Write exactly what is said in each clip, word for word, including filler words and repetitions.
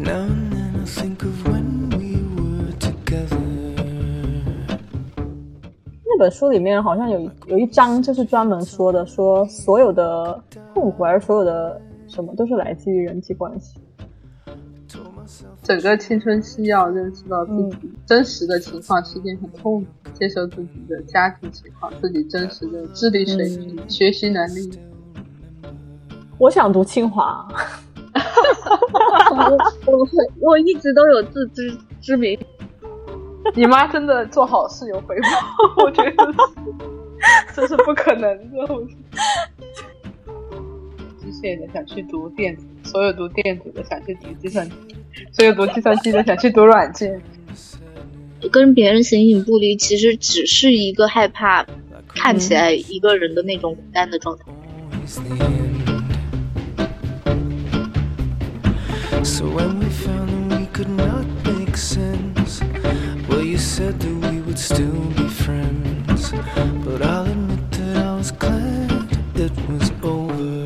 Now and then I think of when we were together。 那本书里面好像有有一章就是专门说的，说所有的痛苦还是所有的什么都是来自于人际关系。 整个青春期要认识到自己真实的情况是一件很痛苦，接受自己的家庭情况，自己真实的智力水平、嗯、学习能力。 我想读清华。 我, 我, 我一直都有自知之明。你妈真的做好事有回报，我觉得这是不可能的。机械的想去读电子，所有读电子的想去读计算机，所有读计算机的想去读软件。 跟别人形影不离，其实只是一个害怕看起来一个人的那种孤单的状态。 So when we found that we could not make sense, well, you said that we would still be friends, but I'll admit that I was glad it was over.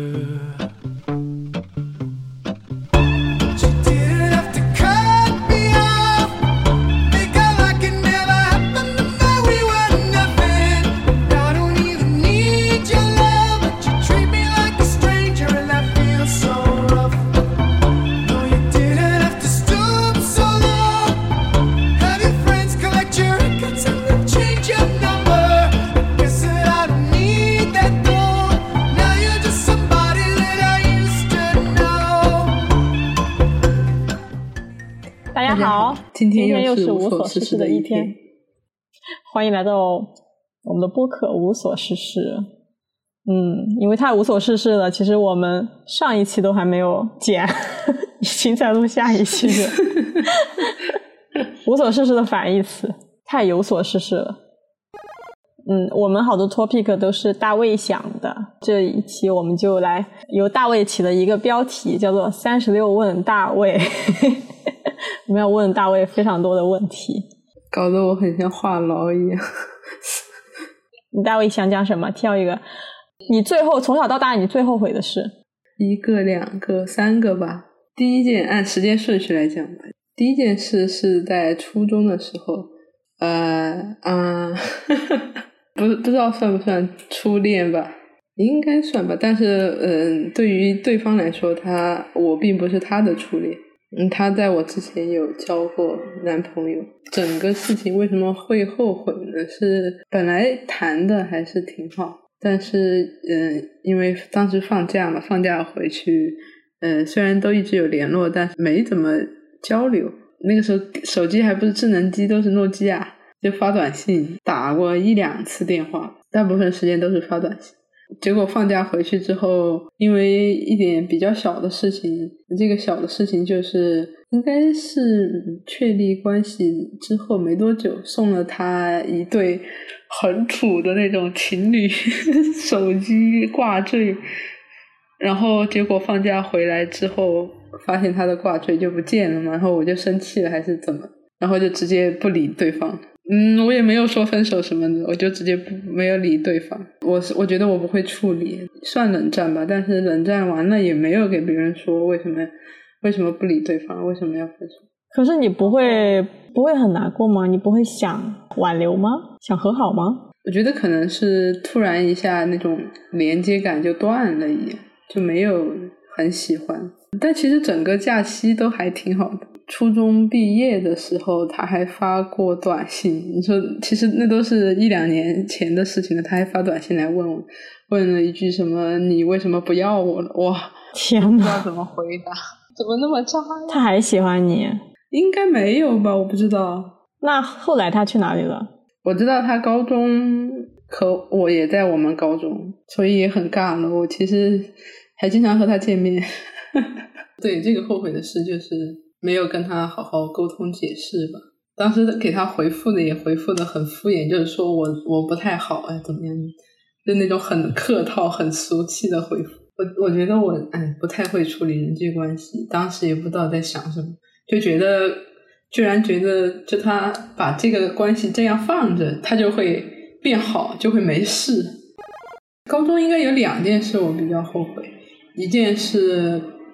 大家好， 今天又是无所事事的一天，欢迎来到我们的播客无所事事。嗯，因为太无所事事了，其实我们上一期都还没有剪，已经在录下一期了。无所事事的反义词，太有所事事了。嗯，我们好多 topic 都是大卫想的，这一期我们就来由大卫起的一个标题，叫做三十六问大卫。我们要问大卫非常多的问题， 搞得我很像话痨一样。 你大卫想讲什么？挑一个，你最后从小到大你最后悔的事。 一个两个三个吧。第一件按时间顺序来讲吧。第一件事是在初中的时候，呃嗯，不不知道算不算初恋吧，应该算吧。但是嗯，对于对方来说，他我并不是他的初恋。嗯，他在我之前有交过男朋友。整个事情为什么会后悔呢？是本来谈的还是挺好，但是嗯，因为当时放假嘛，放假回去，嗯，虽然都一直有联络，但是没怎么交流。那个时候手机还不是智能机，都是诺基亚，就发短信，打过一两次电话，大部分时间都是发短信。结果放假回去之后，因为一点比较小的事情，这个小的事情就是应该是确立关系之后没多久，送了他一对很土的那种情侣手机挂坠，然后结果放假回来之后发现他的挂坠就不见了嘛，然后我就生气了还是怎么，然后就直接不理对方。嗯，我也没有说分手什么的，我就直接不没有理对方。我是我觉得我不会处理，算冷战吧，但是冷战完了也没有给别人说为什么为什么不理对方，为什么要分手。 可是你不会不会很难过吗？你不会想挽留吗？想和好吗？ 我觉得可能是突然一下那种连接感就断了一样，就没有很喜欢。但其实整个假期都还挺好的。初中毕业的时候他还发过短信，你说其实那都是一两年前的事情了，他还发短信来问我，问了一句什么你为什么不要我了。哇， 天哪， 不知道怎么回答，怎么那么渣呀？ 他还喜欢你？ 应该没有吧，我不知道。 那后来他去哪里了？ 我知道他高中，可我也在我们高中，所以也很尬了。我其实还经常和他见面。对，这个后悔的事就是没有跟他好好沟通解释吧。当时给他回复的也回复的很敷衍，就是说我我不太好哎，怎么样，就那种很客套很俗气的回复。我我觉得我哎不太会处理人际关系，当时也不知道在想什么，就觉得居然觉得就他把这个关系这样放着他就会变好，就会没事。高中应该有两件事我比较后悔，一件是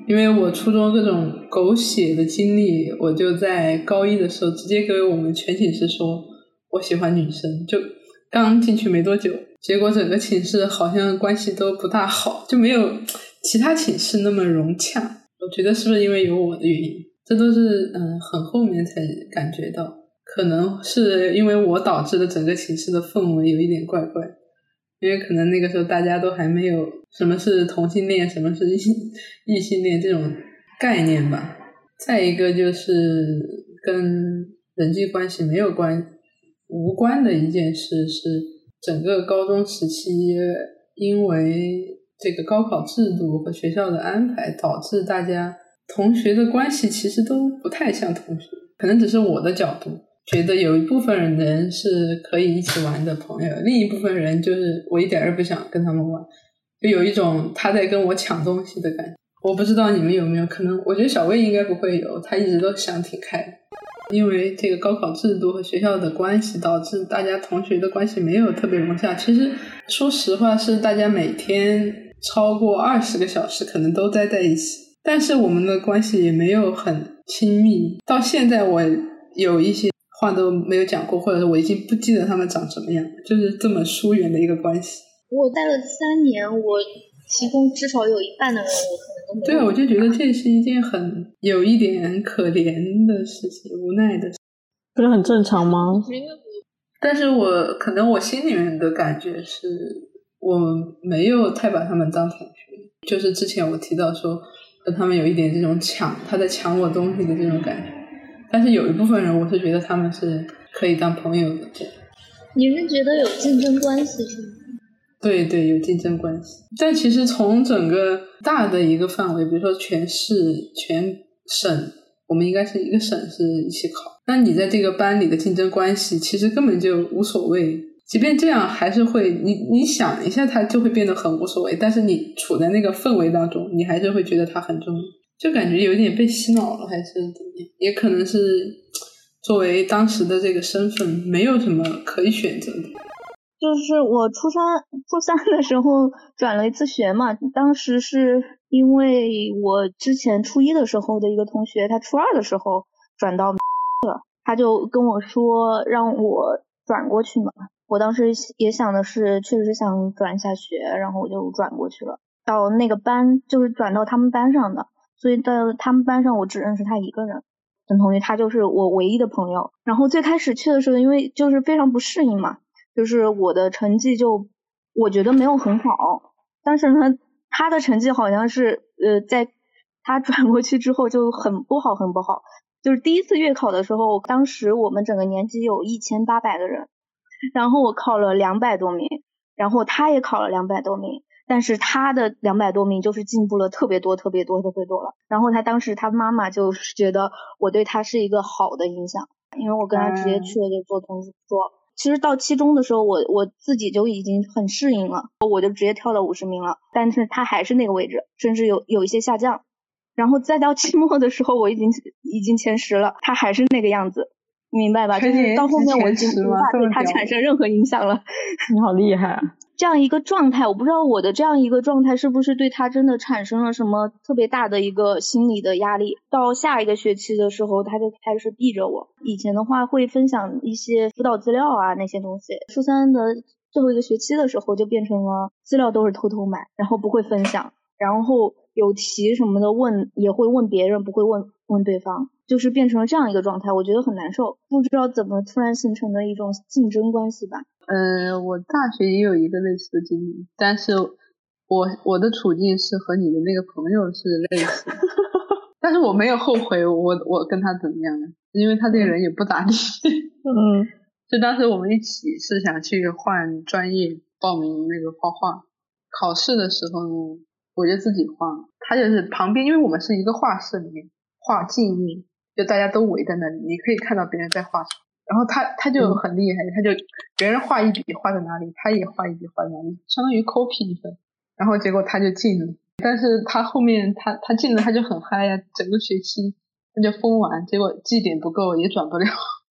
因为我初中各种狗血的经历，我就在高一的时候直接给我们全寝室说我喜欢女生，就刚进去没多久，结果整个寝室好像关系都不大好，就没有其他寝室那么融洽。我觉得是不是因为有我的原因，这都是嗯很后面才感觉到，可能是因为我导致的整个寝室的氛围有一点怪怪，因为可能那个时候大家都还没有什么是同性恋什么是异异性恋这种概念吧。再一个就是跟人际关系没有关无关的一件事是，整个高中时期因为这个高考制度和学校的安排，导致大家同学的关系其实都不太像同学，可能只是我的角度觉得有一部分人是可以一起玩的朋友，另一部分人就是我一点儿也不想跟他们玩，就有一种他在跟我抢东西的感觉。我不知道你们有没有，可能我觉得小魏应该不会有，他一直都想挺开的。因为这个高考制度和学校的关系，导致大家同学的关系没有特别融洽。其实说实话是大家每天超过二十个小时可能都待在一起，但是我们的关系也没有很亲密。到现在我有一些话都没有讲过，或者是我已经不记得他们长什么样，就是这么疏远的一个关系。 我待了三年，我其中至少有一半的人我可能都没有。 对啊，我就觉得这是一件很有一点可怜的事情，无奈的事情。 不是很正常吗？ 但是我可能我心里面的感觉是我没有太把他们当同学，就是之前我提到说跟他们有一点这种抢他在抢我东西的这种感觉，但是有一部分人我是觉得他们是可以当朋友的。 你是觉得有竞争关系是吗？ 对对，有竞争关系。但其实从整个大的一个范围，比如说全市全省，我们应该是一个省是一起考，那你在这个班里的竞争关系其实根本就无所谓，即便这样还是会你你想一下它就会变得很无所谓，但是你处在那个氛围当中，你还是会觉得它很重要，就感觉有点被洗脑了还是怎么样，也可能是作为当时的这个身份没有什么可以选择的。 就是我初三初三的时候转了一次学嘛，当时是因为我之前初一的时候的一个同学，他初二的时候转到了，他就跟我说让我转过去嘛。我当时也想的是确实想转下学，然后我就转过去了。到那个班就是转到他们班上的，所以到他们班上我只认识他一个人，陈同学他就是我唯一的朋友。然后最开始去的时候因为就是非常不适应嘛，就是我的成绩就我觉得没有很好，但是呢他的成绩好像是呃在他转过去之后就很不好很不好。就是第一次月考的时候，当时我们整个年级有一千八百个人，然后我考了两百多名，然后他也考了两百多名，但是他的两百多名就是进步了特别多特别多特别多了。然后他当时他妈妈就是觉得我对他是一个好的影响，因为我跟他直接去了就做同桌。嗯其实到期中的时候我我自己就已经很适应了，我就直接跳到五十名了，但是他还是那个位置，甚至有有一些下降。然后再到期末的时候我已经已经前十了，他还是那个样子，明白吧？就是到后面我已经无法对他产生任何影响了。 你好厉害啊！ 这样一个状态，我不知道我的这样一个状态是不是对他真的产生了什么特别大的一个心理的压力。到下一个学期的时候他就开始避着我，以前的话会分享一些辅导资料啊那些东西，初三的最后一个学期的时候就变成了资料都是偷偷买，然后不会分享，然后有题什么的问也会问别人，不会问问对方，就是变成了这样一个状态，我觉得很难受，不知道怎么突然形成的一种竞争关系吧。 呃，我大学也有一个类似的经历，但是我我的处境是和你的那个朋友是类似的但是我没有后悔我我跟他怎么样，因为他这个人也不咋地嗯， 就当时我们一起是想去换专业，报名那个画画，考试的时候呢我就自己画，他就是旁边，因为我们是一个画室里面画静物，就大家都围在那里，你可以看到别人在画什么，然后他他就很厉害，他就别人画一笔画在哪里，他也画一笔画在哪里，相当于抠评分，然后结果他就进了，但是他后面他他进了他就很嗨呀、啊，整个学期他就疯玩，结果绩点不够也转不了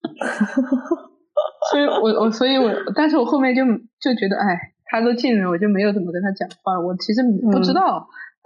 所以我我所以我但是我后面就就觉得哎，他都进了我就没有怎么跟他讲话，我其实不知道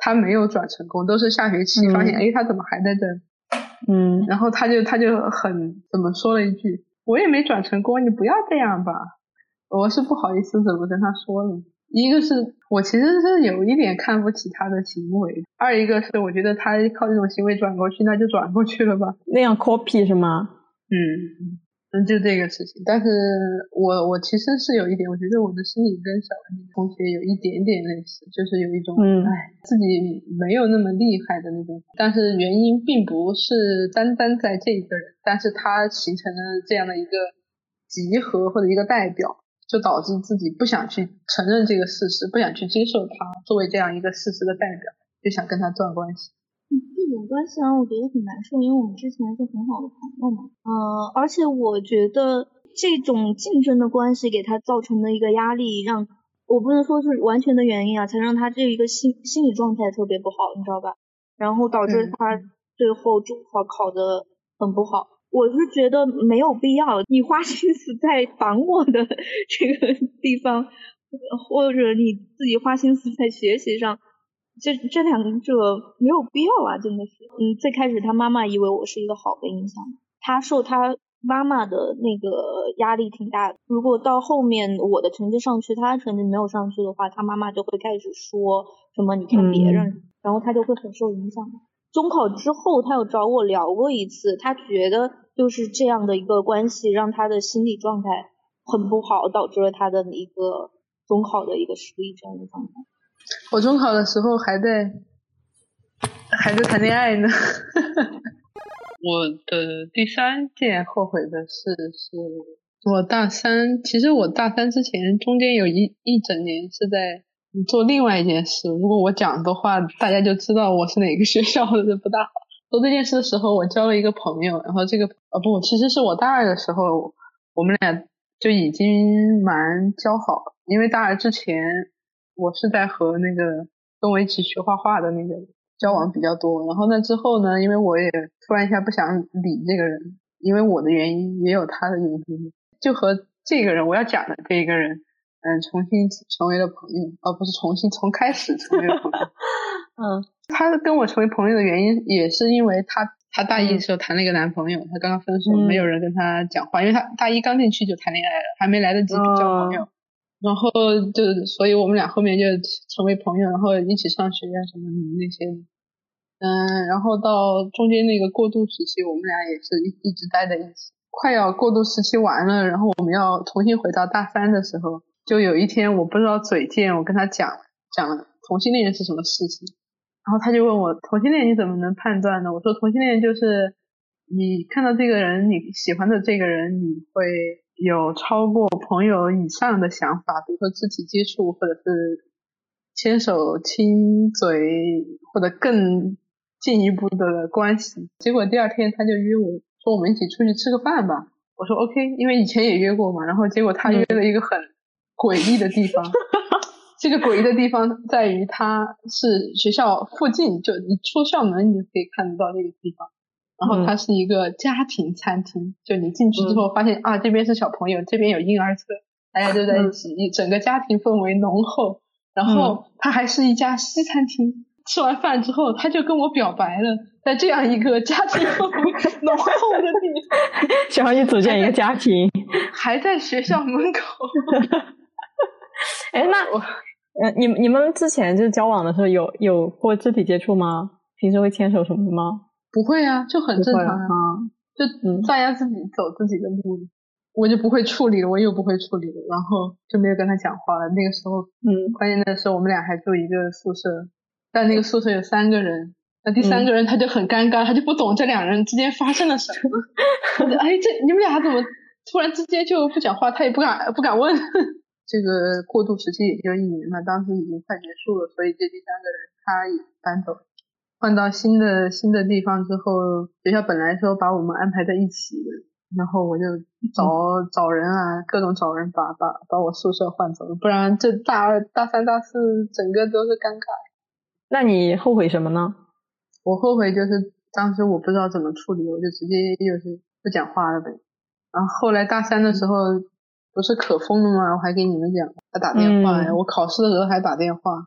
他没有转成功，都是下学期发现，哎、嗯，他怎么还在这？ 嗯， 然后他就他就很怎么说了一句，我也没转成功，你不要这样吧。我是不好意思怎么跟他说了。一个是我其实是有一点看不起他的行为，二一个是我觉得他靠这种行为转过去，那就转过去了吧。 那样 copy 是吗？ 嗯。嗯，就这个事情，但是我我其实是有一点，我觉得我的心理跟小文同学有一点点类似，就是有一种， 嗯， 哎，自己没有那么厉害的那种，但是原因并不是单单在这个人，但是他形成了这样的一个集合或者一个代表，就导致自己不想去承认这个事实，不想去接受他作为这样一个事实的代表，就想跟他断关系。 这种关系啊，我觉得很难受，因为我们之前是很好的朋友嘛。呃，而且我觉得这种竞争的关系给他造成的一个压力，让我不能说是完全的原因啊，才让他这一个心心理状态特别不好，你知道吧？然后导致他最后中考考得很不好。我是觉得没有必要，你花心思在绑我的这个地方，或者你自己花心思在学习上。这这两者没有必要啊，真的是。嗯，最开始他妈妈以为我是一个好的影响，他受他妈妈的那个压力挺大的。如果到后面我的成绩上去，他成绩没有上去的话，他妈妈就会开始说什么你看别人、嗯、然后他就会很受影响。中考之后他有找我聊过一次，他觉得就是这样的一个关系让他的心理状态很不好，导致了他的一个中考的一个失利这样的状态。 我中考的时候还在还在谈恋爱呢。我的第三件后悔的事是我大三，其实我大三之前中间有一一整年是在做另外一件事，如果我讲的话大家就知道我是哪个学校的，不大好。做这件事的时候我交了一个朋友，然后这个呃不其实是我大二的时候我们俩就已经蛮交好了，因为大二之前我是在和那个跟我一起学画画的那个交往比较多，然后那之后呢，因为我也突然一下不想理这个人，因为我的原因也有他的原因，就和这个人我要讲的这个人嗯，重新成为了朋友，而不是重新从开始成为了朋友。 嗯， 他跟我成为朋友的原因也是因为他他大一的时候谈了一个男朋友，嗯、他刚刚分手，没有人跟他讲话，因为他大一刚进去就谈恋爱了，还没来得及交朋友。哦，然后就所以我们俩后面就成为朋友，然后一起上学啊什么那些。嗯，然后到中间那个过渡时期，我们俩也是一一直待在一起。快要过渡时期完了，然后我们要重新回到大三的时候，就有一天我不知道嘴贱，我跟他讲讲了同性恋是什么事情，然后他就问我同性恋你怎么能判断呢？我说同性恋就是你看到这个人，你喜欢的这个人，你会有超过朋友以上的想法，比如说肢体接触，或者是牵手亲嘴，或者更进一步的关系。结果第二天他就约我说我们一起出去吃个饭吧，我说 OK， 因为以前也约过嘛，然后结果他约了一个很诡异的地方、嗯、这个诡异的地方在于他是学校附近，就你出校门你就可以看得到这个地方，然后它是一个家庭餐厅、嗯、就你进去之后发现、嗯、啊这边是小朋友，这边有婴儿车，大家就在一起、嗯、整个家庭氛围浓厚，然后它还是一家西餐厅。吃完饭之后他就跟我表白了，在这样一个家庭氛围浓厚的地方想要去组建一个家庭， 还在学校门口。 哎，那呃，你你们之前就是交往的时候有有过肢体接触吗？平时会牵手什么的吗？ 不会啊，就很正常啊，就大家自己走自己的路、嗯、我就不会处理了，我又不会处理了，然后就没有跟他讲话了。那个时候嗯，关键的时候我们俩还住一个宿舍，但那个宿舍有三个人，那第三个人他就很尴尬、嗯、他就不懂这两人之间发生了什么哎，这你们俩怎么突然之间就不讲话，他也不敢不敢问这个过渡时期也就一年嘛，当时已经快结束了，所以这第三个人他也搬走，换到新的新的地方之后，学校本来说把我们安排在一起的，然后我就找、嗯、找人啊，各种找人把把把我宿舍换走了，不然这大二大三大四整个都是尴尬。 那你后悔什么呢？ 我后悔就是当时我不知道怎么处理，我就直接就是不讲话了呗。然后后来大三的时候、嗯、不是可疯了吗？我还给你们讲，他打电话呀、嗯，我考试的时候还打电话，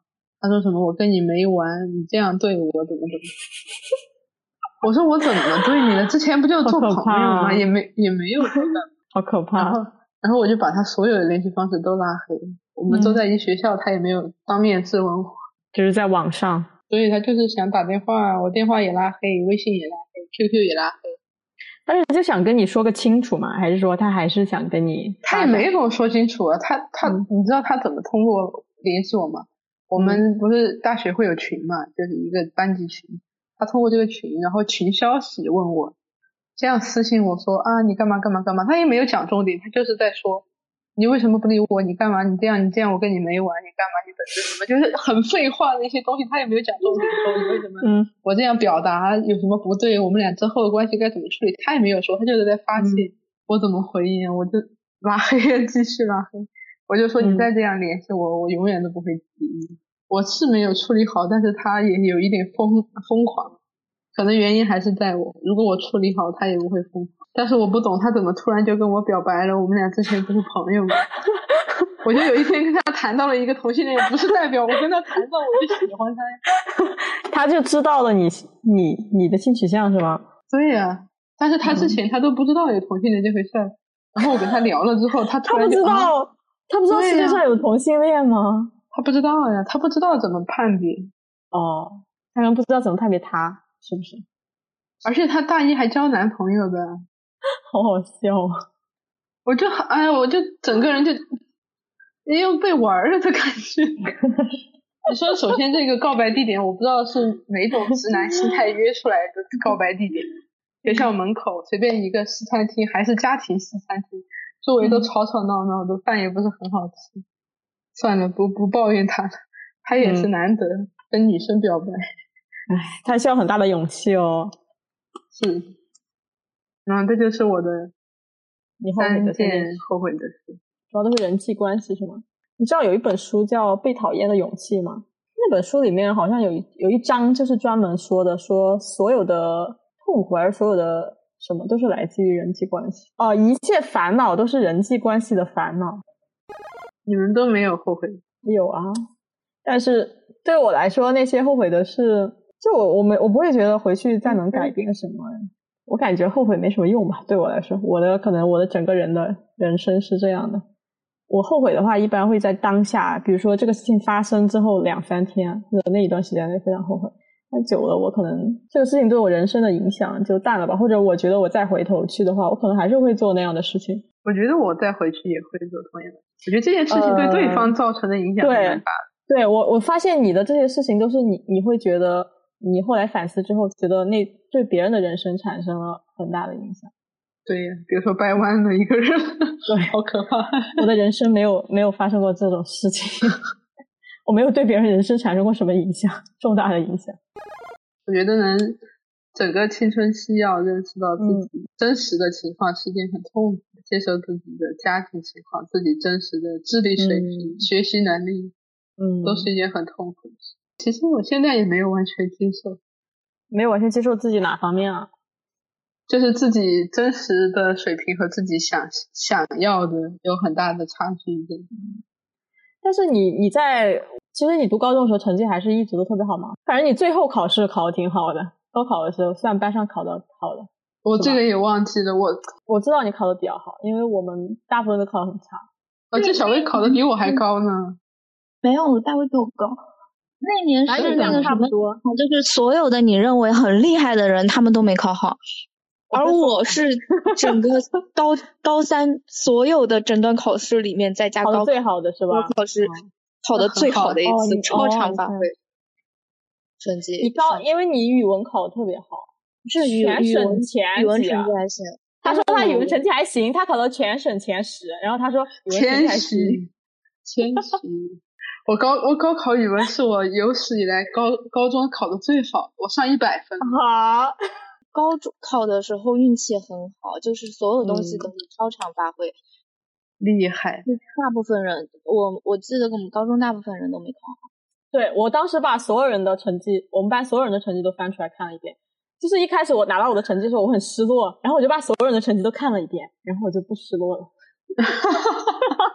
他说什么我跟你没完，你这样对我怎么怎么。我说我怎么对你了？之前不就做朋友吗？也没也没有说的， 好可怕。 然后然后我就把他所有的联系方式都拉黑。我们都在一学校，嗯、他也没有当面质问我， 就是在网上。 所以他就是想打电话，我电话也拉黑，微信也拉黑 ，Q Q 也拉黑。 但是就想跟你说个清楚嘛？还是说他还是想跟你？ 他也没跟我说清楚啊。他他、嗯，你知道他怎么通过联系我吗？我们不是大学会有群嘛，就是一个班级群。他通过这个群，然后群消息问我，这样私信我说啊，你干嘛干嘛干嘛？他也没有讲重点，他就是在说你为什么不理我？你干嘛？你这样你这样我跟你没完？你干嘛？你等着什么？就是很废话的一些东西，他也没有讲重点，说你为什么？嗯，我这样表达有什么不对？我们俩之后的关系该怎么处理？他也没有说，他就是在发泄。嗯、我怎么回应？我就拉黑，继续拉黑。我就说你再这样联系我，嗯、我永远都不会理你。我是没有处理好，但是他也有一点疯疯狂，可能原因还是在我。如果我处理好，他也不会疯狂。但是我不懂他怎么突然就跟我表白了，我们俩之前不是朋友吗？我就有一天跟他谈到了一个同性恋，不是代表我跟他谈到我就喜欢他。 他就知道了你你你的性取向是吗？ 对呀、啊，但是他之前他都不知道有同性恋这回事儿、嗯、然后我跟他聊了之后，他突然就他不知道、啊、他不知道世界上有同性恋吗？ 他不知道呀，他不知道怎么判别。 哦，他们不知道怎么判别他，是不是？ 而且他大一还交男朋友的， 好好笑啊！ 我就哎呀，我就整个人就也有被玩了的感觉。你说，首先这个告白地点，我不知道是哪种直男心态约出来的告白地点，学校门口随便一个西餐厅，还是家庭西餐厅，周围都吵吵闹闹的，饭也不是很好吃。算了，不不抱怨他了，他也是难得、嗯、跟女生表白。 唉，他需要很大的勇气哦。 是，嗯，这就是我的三件后悔的事， 主要都是人际关系是吗？你知道有一本书叫《被讨厌的勇气》吗？那本书里面好像有一有一章就是专门说的，说所有的痛苦而所有的什么都是来自于人际关系哦，一切烦恼都是人际关系的烦恼。 你们都没有后悔？ 有啊，但是对我来说，那些后悔的事，就我我没我不会觉得回去再能改变什么。我感觉后悔没什么用吧，对我来说，我的可能我的整个人的人生是这样的。我后悔的话，一般会在当下，比如说这个事情发生之后两三天，或者那一段时间内非常后悔。但久了，我可能这个事情对我人生的影响就淡了吧，或者我觉得我再回头去的话，我可能还是会做那样的事情。 我觉得我再回去也会做同样的。我觉得这件事情对对方造成的影响还蛮大的。 对，对我我发现你的这些事情都是你你会觉得你后来反思之后，觉得那对别人的人生产生了很大的影响。 对呀，比如说掰弯了一个人，对，好可怕。 我的人生没有没有发生过这种事情，我没有对别人人生产生过什么影响，重大的影响。 我觉得能整个青春期要认识到自己真实的情况是一件很痛苦的、嗯、接受自己的家庭情况，自己真实的智力水平、嗯、学习能力，嗯，都是一件很痛苦的事。其实我现在也没有完全接受。 没有完全接受自己哪方面啊？ 就是自己真实的水平和自己想想要的有很大的差距。 嗯，但是你你在其实你读高中的时候成绩还是一直都特别好吗？反正你最后考试考得挺好的，高考的时候算班上考得好的。 我这个也忘记了，我我知道你考得比较好，因为我们大部分都考得很差。 哦，这小薇考得比我还高呢。 没有，大卫比我高。那年是那个什么，就是所有的你认为很厉害的人，他们都没考好。而我是整个高高三所有的整段考试里面再加高考最好的是吧？ 高考是考的最好的一次，超常发挥成绩。 你高，因为你语文考得特别好， 是语全省前语文成绩还行。 他说他语文成绩还行，他考到全省前十，然后他说语文成绩还行。 谦虚。我高我高考语文是我有史以来高高中考的最好，我上一百分。 好。 高中考的时候运气很好，就是所有东西都是超常发挥，嗯、 厉害。 大部分人，我我记得我们高中大部分人都没考好。 对，我当时把所有人的成绩，我们班所有人的成绩都翻出来看了一遍。就是一开始我拿到我的成绩的时候，我很失落，然后我就把所有人的成绩都看了一遍，然后我就不失落了。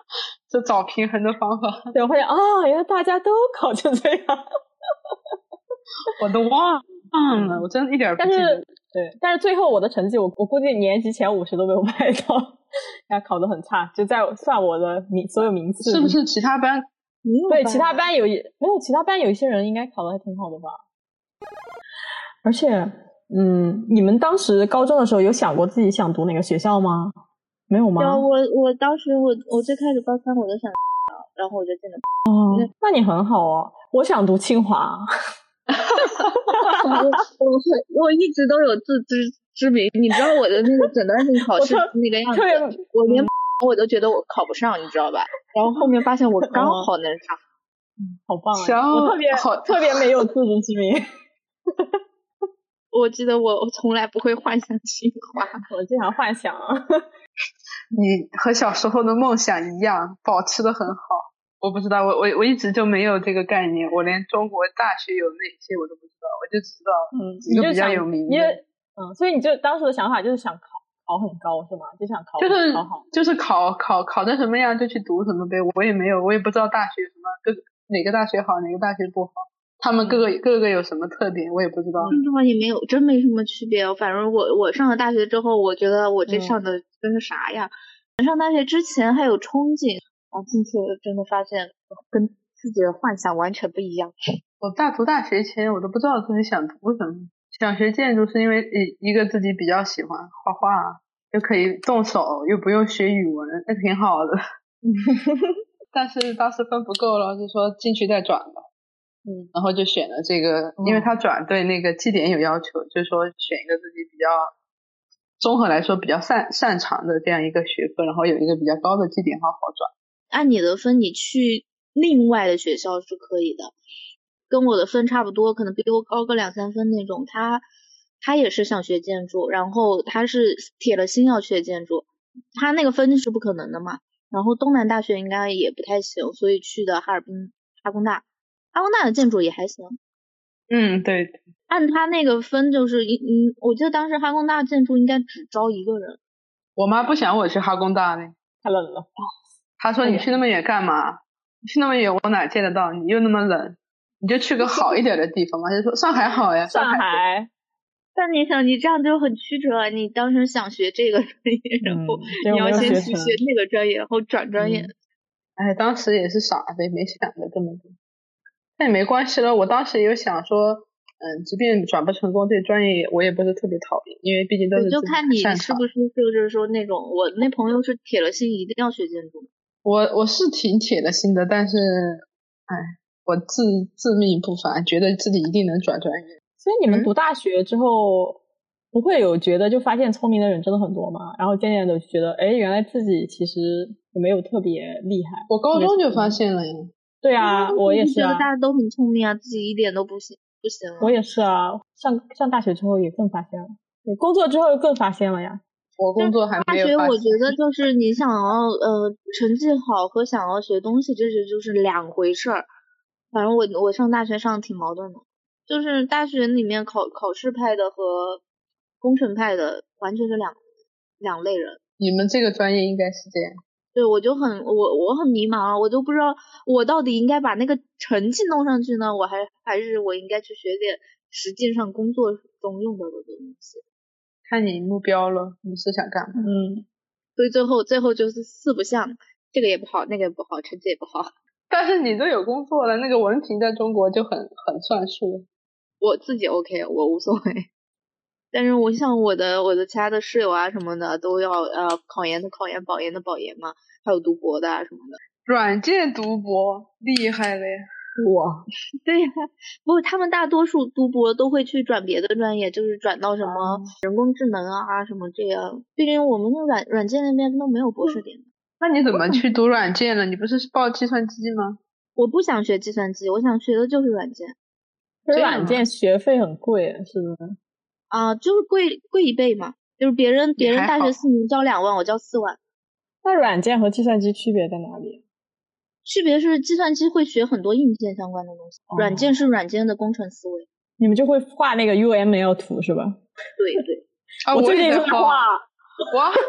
这找平衡的方法。 对，我发现啊，原来大家都考成这样， 我都忘了，我真的一点不记得。 但是对，但是最后我的成绩，我我估计年级前五十都没有排到，然后考得很差，就在算我的名所有名次。 是不是其他班？ 对，其他班有没有？其他班有一些人应该考得还挺好的吧？而且，嗯，你们当时高中的时候有想过自己想读哪个学校吗？没有吗？ 有，我我当时我我最开始高三我就想，然后我就进了。 哦，那你很好啊！我想读清华。 我我我一直都有自知之明，你知道我的那个诊断性考试那个样子，我连我都觉得我考不上，你知道吧？然后后面发现我刚好能上， 嗯，好棒啊！我特别特别没有自知之明。 我记得我我从来不会幻想清华， 我经常幻想啊。 你和小时候的梦想一样，保持得很好。我不知道，我我我一直就没有这个概念，我连中国大学有哪些我都不知道，我就知道几个比较有名的。 因为嗯，所以你就当时的想法就是想考考很高是吗？就想考就是考好， 就是考考考成什么样就去读什么呗。我也没有，我也不知道大学什么各哪个大学好，哪个大学不好，他们各个、嗯、各个有什么特点，我也不知道。 这话也没有，真没什么区别。反正我我上了大学之后，我觉得我这上的真是啥呀？嗯、上大学之前还有憧憬。啊，进去真的发现跟自己的幻想完全不一样。 我大读大学前我都不知道自己想读什么，想学建筑是因为一一个自己比较喜欢画画，又可以动手，又不用学语文，那挺好的。但是当时分不够了，就说进去再转吧。嗯，然后就选了这个，因为他转对那个绩点有要求，就是说选一个自己比较综合来说比较擅擅长的这样一个学科，然后有一个比较高的绩点，好好转。 按你的分你去另外的学校是可以的，跟我的分差不多，可能比我高个两三分那种。他他也是想学建筑，然后他是铁了心要学建筑，他那个分是不可能的嘛。然后东南大学应该也不太行，所以去的哈尔滨哈工大。哈工大的建筑也还行。 嗯，对。 按他那个分就是嗯，我记得当时哈工大建筑应该只招一个人。 我妈不想我去哈工大嘞， 太冷了。 他说你去那么远干嘛？你去那么远我哪见得到？你又那么冷，你就去个好一点的地方嘛。就说上海好呀， 上海。 但你想，你这样就很曲折。你当时想学这个专业，然后你要先去学那个专业，然后转专业。 嗯、哎，当时也是傻呗，没想的这么多。但也没关系了。我当时也有想说，嗯，即便转不成功，这专业我也不是特别讨厌，因为毕竟都是自己就看你是不是就是说那种，我那朋友是铁了心一定要学建筑。 我我是挺铁了心的，但是，哎，我自自命不凡，觉得自己一定能转专业。 所以你们读大学之后，嗯、不会有觉得就发现聪明的人真的很多吗？然后渐渐的觉得，哎，原来自己其实也没有特别厉害。 我高中就发现了呀。 对啊，我也是啊。 觉得大家都很聪明啊，自己一点都不行不行、啊。 我也是啊，上上大学之后也更发现了，对，工作之后更发现了呀。 我工作还没有发现。 大学我觉得就是你想要呃成绩好和想要学东西，这是就是两回事儿。反正我我上大学上挺矛盾的，就是大学里面考考试派的和工程派的完全是两两类人。 你们这个专业应该是这样。 对，我就很我我很迷茫啊，我都不知道我到底应该把那个成绩弄上去呢，我还还是我应该去学点实际上工作中用到的东西。 看你目标了，你是想干嘛？ 嗯， 所以最后最后就是四不像，这个也不好，那个也不好，成绩也不好。 但是你都有工作了，那个文凭在中国就很很算数。 我自己 OK， 我无所谓。但是我像我的我的其他的室友啊什么的都要呃考研的考研，保研的保研嘛，还有读博的啊什么的。 软件读博厉害了呀！ 哇， 对呀、啊，不过他们大多数读博都会去转别的专业，就是转到什么人工智能啊、嗯、什么这样。毕竟我们的软软件那边都没有博士点。 那你怎么去读软件了？你不是报计算机吗？ 我不想学计算机，我想学的就是软件。 这软件学费很贵，是不是？ 啊、呃，就是贵贵一倍嘛，就是别人别人大学四年交两万，我交四万。 那软件和计算机区别在哪里？ 区别是计算机会学很多硬件相关的东西，哦、软件是软件的工程思维。 你们就会画那个 U M L 图是吧？ 对对。 啊， 我最近在画。 哇，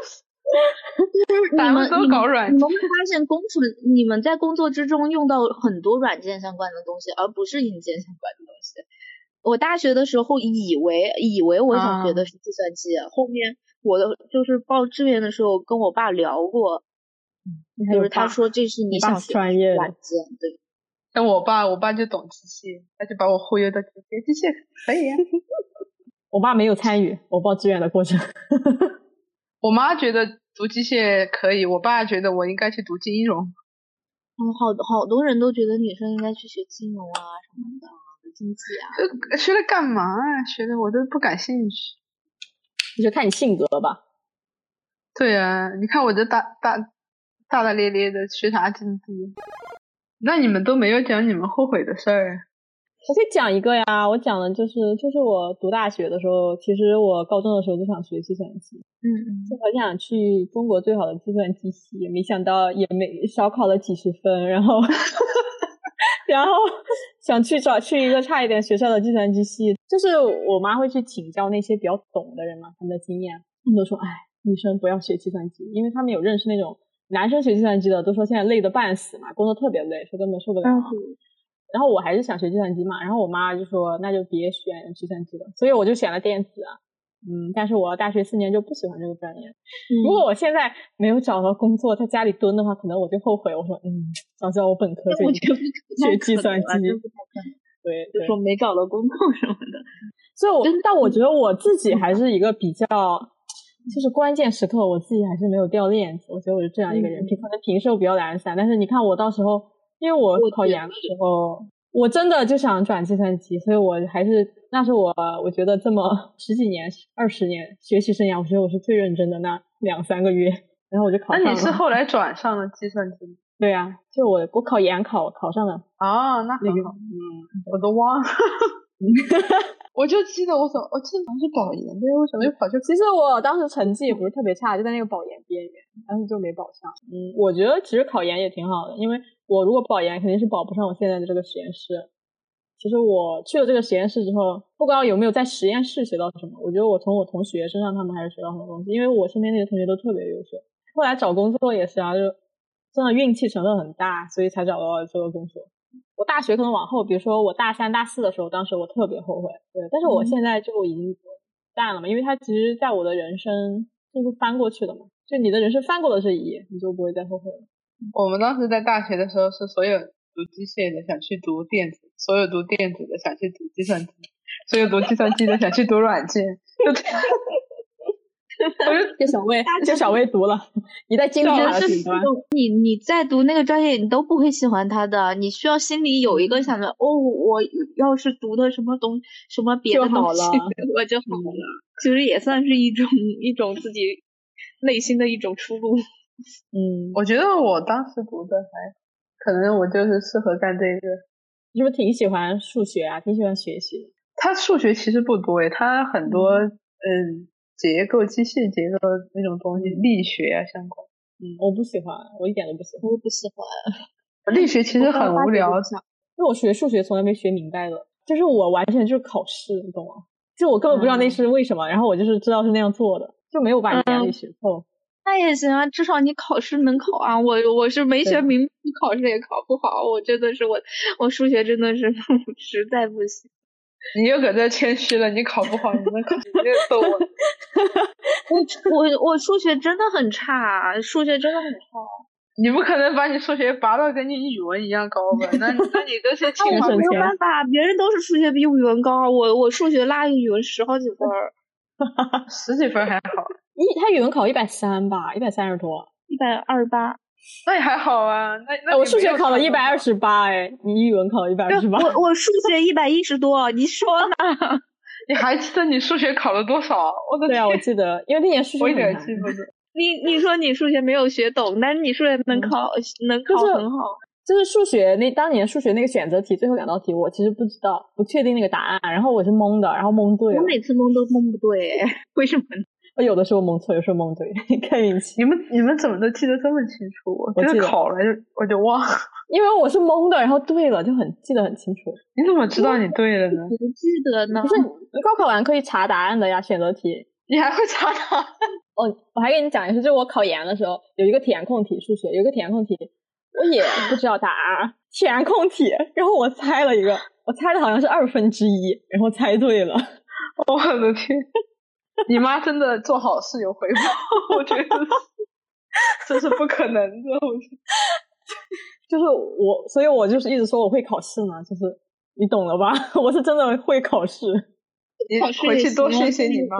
就是你们咱们都你们搞软件你们会发现工作你们在工作之中用到很多软件相关的东西，而不是硬件相关的东西。我大学的时候以为以为我想学的是计算机，啊、后面我的就是报志愿的时候跟我爸聊过， 嗯、 就是他说这是你想学的软件，对。 但我爸我爸就懂机械，他就把我忽悠到机械，机械可以啊。 我爸没有参与我报志愿的过程。 我妈觉得读机械可以，我爸觉得我应该去读金融。 嗯，好好多人都觉得女生应该去学金融啊什么的，经济啊。 学了干嘛啊？学的我都不感兴趣。 你就看你性格吧。 对啊，你看我这大大大大咧咧的，学啥经济？那你们都没有讲你们后悔的事儿。 我可以讲一个呀，我讲的就是就是我读大学的时候，其实我高中的时候就想学计算机， 嗯嗯， 就很想去中国最好的计算机系，没想到也没少考了几十分，然后然后想去找去一个差一点学校的计算机系，就是我妈会去请教那些比较懂的人嘛，他们的经验，他们都说，哎，女生不要学计算机，因为他们有认识那种男生学计算机的，都说现在累得半死嘛，工作特别累，说根本受不了。 嗯然后我还是想学计算机嘛，然后我妈就说那就别选计算机了，所以我就选了电子啊。嗯，但是我大学四年就不喜欢这个专业。嗯、如果我现在没有找到工作，在家里蹲的话，可能我就后悔。我说，嗯，早知道我本科就学计算机。对， 就说没找到工作什么的。 所以我，但我觉得我自己还是一个比较，就是关键时刻我自己还是没有掉链子。我觉得我是这样一个人，嗯、可能平时我比较懒散，但是你看我到时候。因为我考研的时候，我真的就想转计算机，所以我还是那是我我觉得这么十几年、二十年学习生涯，我觉得我是最认真的那两三个月，然后我就考上了。 那你是后来转上了计算机？ 对啊，就我我考研考考上了。 哦，那很好。嗯，我都忘了。我就记得我怎么，我记得好像是保研，对，为什么又跑去？ 其实我当时成绩也不是特别差，就在那个保研边缘，但是就没保上。嗯，我觉得其实考研也挺好的，因为我如果保研肯定是保不上我现在的这个实验室。其实我去了这个实验室之后，不知道有没有在实验室学到什么，我觉得我从我同学身上他们还是学到很多东西，因为我身边那些同学都特别优秀。后来找工作也是啊，就真的运气成分很大，所以才找到了这个工作。我大学可能往后，比如说我大三大四的时候，当时我特别后悔，对，但是我现在就已经淡了嘛，因为它其实在我的人生就是翻过去了嘛，就你的人生翻过了这一页，你就不会再后悔了。 我们当时在大学的时候是所有读机械的想去读电子，所有读电子的想去读计算机，所有读计算机的想去读软件，就就小魏，就小魏读了，你在金字塔的顶端。 你你在读那个专业，你都不会喜欢它的。你需要心里有一个想着，哦，我要是读的什么东什么别的东西，我就好了。其实也算是一种一种自己内心的一种出路。 嗯， 我觉得我当时读的还可能我就是适合干这个。 你是不是挺喜欢数学啊？挺喜欢学习的？ 它数学其实不多诶，它很多嗯。嗯结构、机械结构那种东西，力学啊相关。 嗯，我不喜欢，我一点都不喜欢。 我不喜欢。 力学其实很无聊， 因为我学数学从来没学明白的，就是我完全就是考试，你懂吗？就我根本不知道那是为什么，嗯、然后我就是知道是那样做的，就没有把原理学透。 嗯、那也行啊，至少你考试能考啊。我我是没学明白，考试也考不好。我真的是我我数学真的是实在不行。 你又搁这谦虚了，你考不好，你能考，你就逗我。 我我我数学真的很差，数学真的很差。 你不可能把你数学拔到跟你语文一样高吧？那那你都是挺那我没有办法，别人都是数学比语文高，我我数学拉语文十好几分， 十几分还好。 一他语文考一百三吧，一百三十多， 一百二十八。 那也还好啊，那那我数学考了一百二十八，哎，你语文考了一百二十八， 我我数学一百一十多，你说呢？ 你还记得你数学考了多少？我的对啊，我记得，因为那年数学我一点记不得。 你你说你数学没有学懂，但是你数学能考、嗯、能考很好。 就是数学那当年数学那个选择题最后两道题，我其实不知道，不确定那个答案，然后我是蒙的，然后蒙对了。 我每次蒙都蒙不对，为什么呢？ 我有的时候蒙错，有时候蒙对，看运气。 你们你们怎么都记得这么清楚？我记得考了就我就忘了， 因为我是蒙的，然后对了，就很记得很清楚。 你怎么知道你对了呢？ 不记得呢。 不是，高考完可以查答案的呀，选择题。 你还会查答案？ 哦，我还跟你讲一个，就是我考研的时候有一个填空题，数学有一个填空题，我也不知道答案，填空题，然后我猜了一个，我猜的好像是二分之一，然后猜对了。 我的天，你妈真的做好事有回报，我觉得这是不可能的。我觉得就是我，所以我就是一直说我会考试嘛，就是你懂了吧？我是真的会考试。 你回去多谢谢你妈。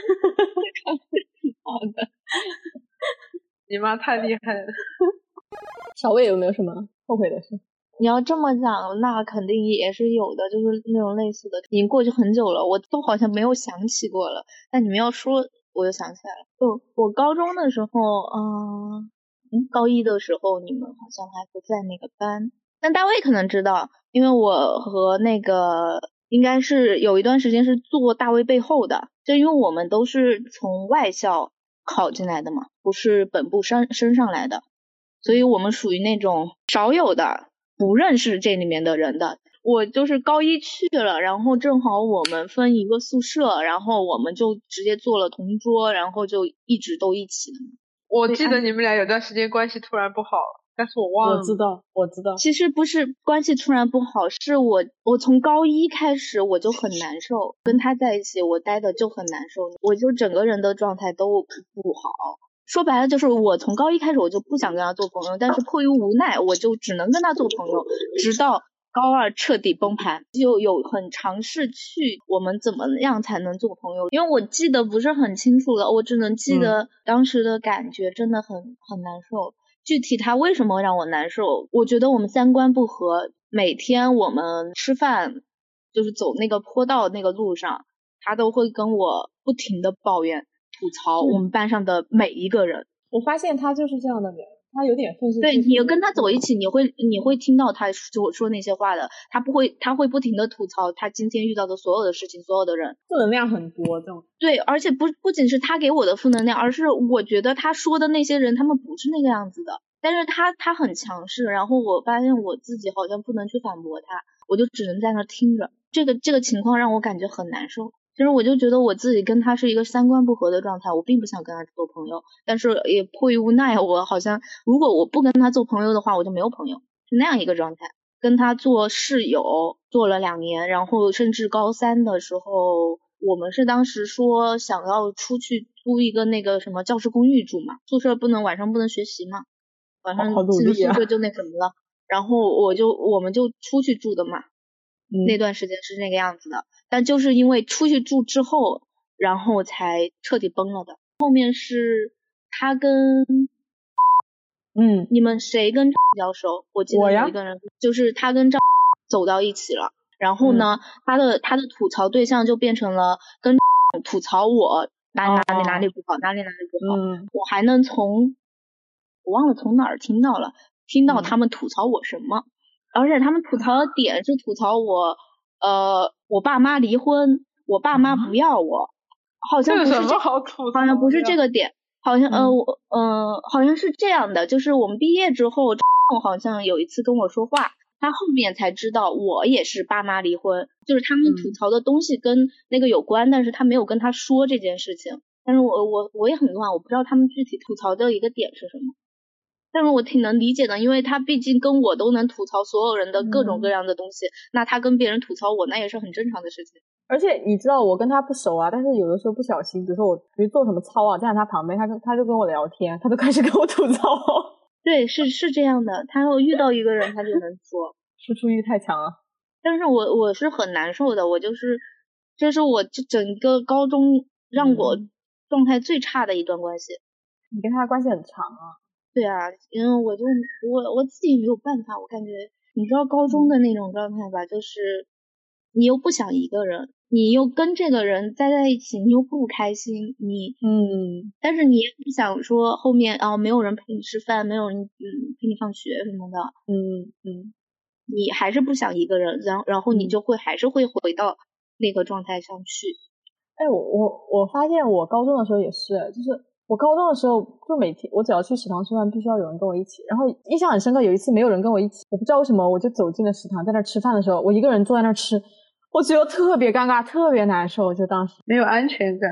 好的， 你妈太厉害了。 小魏有没有什么后悔的事？ 你要这么讲，那肯定也是有的，就是那种类似的，已经过去很久了，我都好像没有想起过了。但你们要说，我就想起来了。就我高中的时候，嗯嗯，高一的时候，你们好像还不在那个班，但大卫可能知道，因为我和那个应该是有一段时间是坐大卫背后的，就因为我们都是从外校考进来的嘛，不是本部升升上来的，所以我们属于那种少有的不认识这里面的人的。我就是高一去了，然后正好我们分一个宿舍，然后我们就直接坐了同桌，然后就一直都一起的。 我记得你们俩有段时间关系突然不好，但是我忘了。 我知道，我知道。 其实不是关系突然不好，是我我从高一开始我就很难受，跟他在一起我待的就很难受，我就整个人的状态都不好。说白了就是我从高一开始我就不想跟他做朋友，但是迫于无奈我就只能跟他做朋友，直到高二彻底崩盘，就有很尝试去我们怎么样才能做朋友，因为我记得不是很清楚了，我只能记得当时的感觉真的很很难受。具体他为什么让我难受，我觉得我们三观不合，每天我们吃饭就是走那个坡道那个路上，他都会跟我不停的抱怨吐槽我们班上的每一个人。 我发现他就是这样的人，他有点愤世嫉俗。 对，你跟他走一起，你会你会听到他说说那些话的，他不会他会不停的吐槽他今天遇到的所有的事情，所有的人， 负能量很多这种。 对，而且不不仅是他给我的负能量，而是我觉得他说的那些人他们不是那个样子的，但是他他很强势，然后我发现我自己好像不能去反驳他，我就只能在那听着，这个这个情况让我感觉很难受。其实我就觉得我自己跟他是一个三观不合的状态，我并不想跟他做朋友，但是也迫于无奈，我好像如果我不跟他做朋友的话，我就没有朋友，是那样一个状态。跟他做室友做了两年，然后甚至高三的时候，我们是当时说想要出去租一个那个什么教师公寓住嘛，宿舍不能晚上不能学习嘛，晚上进宿舍就那什么了，然后我就我们就出去住的嘛。嗯、那段时间是那个样子的，但就是因为出去住之后，然后才彻底崩了的。后面是他跟， 嗯， 你们谁跟比较熟？我记得有一个人，就是他跟张走到一起了，然后呢，嗯、他的他的吐槽对象就变成了跟吐槽我哪里哪里哪里不好，哦、哪里哪里不好。嗯，我还能从我忘了从哪儿听到了，听到他们吐槽我什么。嗯，而且他们吐槽的点是吐槽我，呃，我爸妈离婚，我爸妈不要我，好像不是这， 这好吐槽， 好像不是这个点，好像呃我呃好像是这样的，就是我们毕业之后，好像有一次跟我说话，他后面才知道我也是爸妈离婚，就是他们吐槽的东西跟那个有关，嗯、但是他没有跟他说这件事情，但是我我我也很乱，我不知道他们具体吐槽的一个点是什么。但是我挺能理解的，因为他毕竟跟我都能吐槽所有人的各种各样的东西，嗯、那他跟别人吐槽我，那也是很正常的事情。 而且你知道我跟他不熟啊，但是有的时候不小心，比如说我比如做什么操啊，站在他旁边，他跟他就跟我聊天，他就开始跟我吐槽。 对，是是这样的，他要遇到一个人他就能说， 输出欲太强了。 但是我我是很难受的，我就是这是我整个高中让我状态最差的一段关系。 你跟他关系很长啊？ 对啊，因为我就我我自己没有办法，我感觉你知道高中的那种状态吧，就是你又不想一个人，你又跟这个人待在一起，你又不开心，你嗯， 但是你也不想说后面啊、哦、没有人陪你吃饭，没有人嗯陪你放学什么的， 嗯嗯， 你还是不想一个人，然后然后你就会、嗯、还是会回到那个状态上去。 哎，我我我发现我高中的时候也是，就是我高中的时候就每天我只要去食堂吃饭必须要有人跟我一起，然后印象很深刻，有一次没有人跟我一起，我不知道为什么我就走进了食堂，在那吃饭的时候我一个人坐在那吃，我觉得特别尴尬特别难受，就当时没有安全感。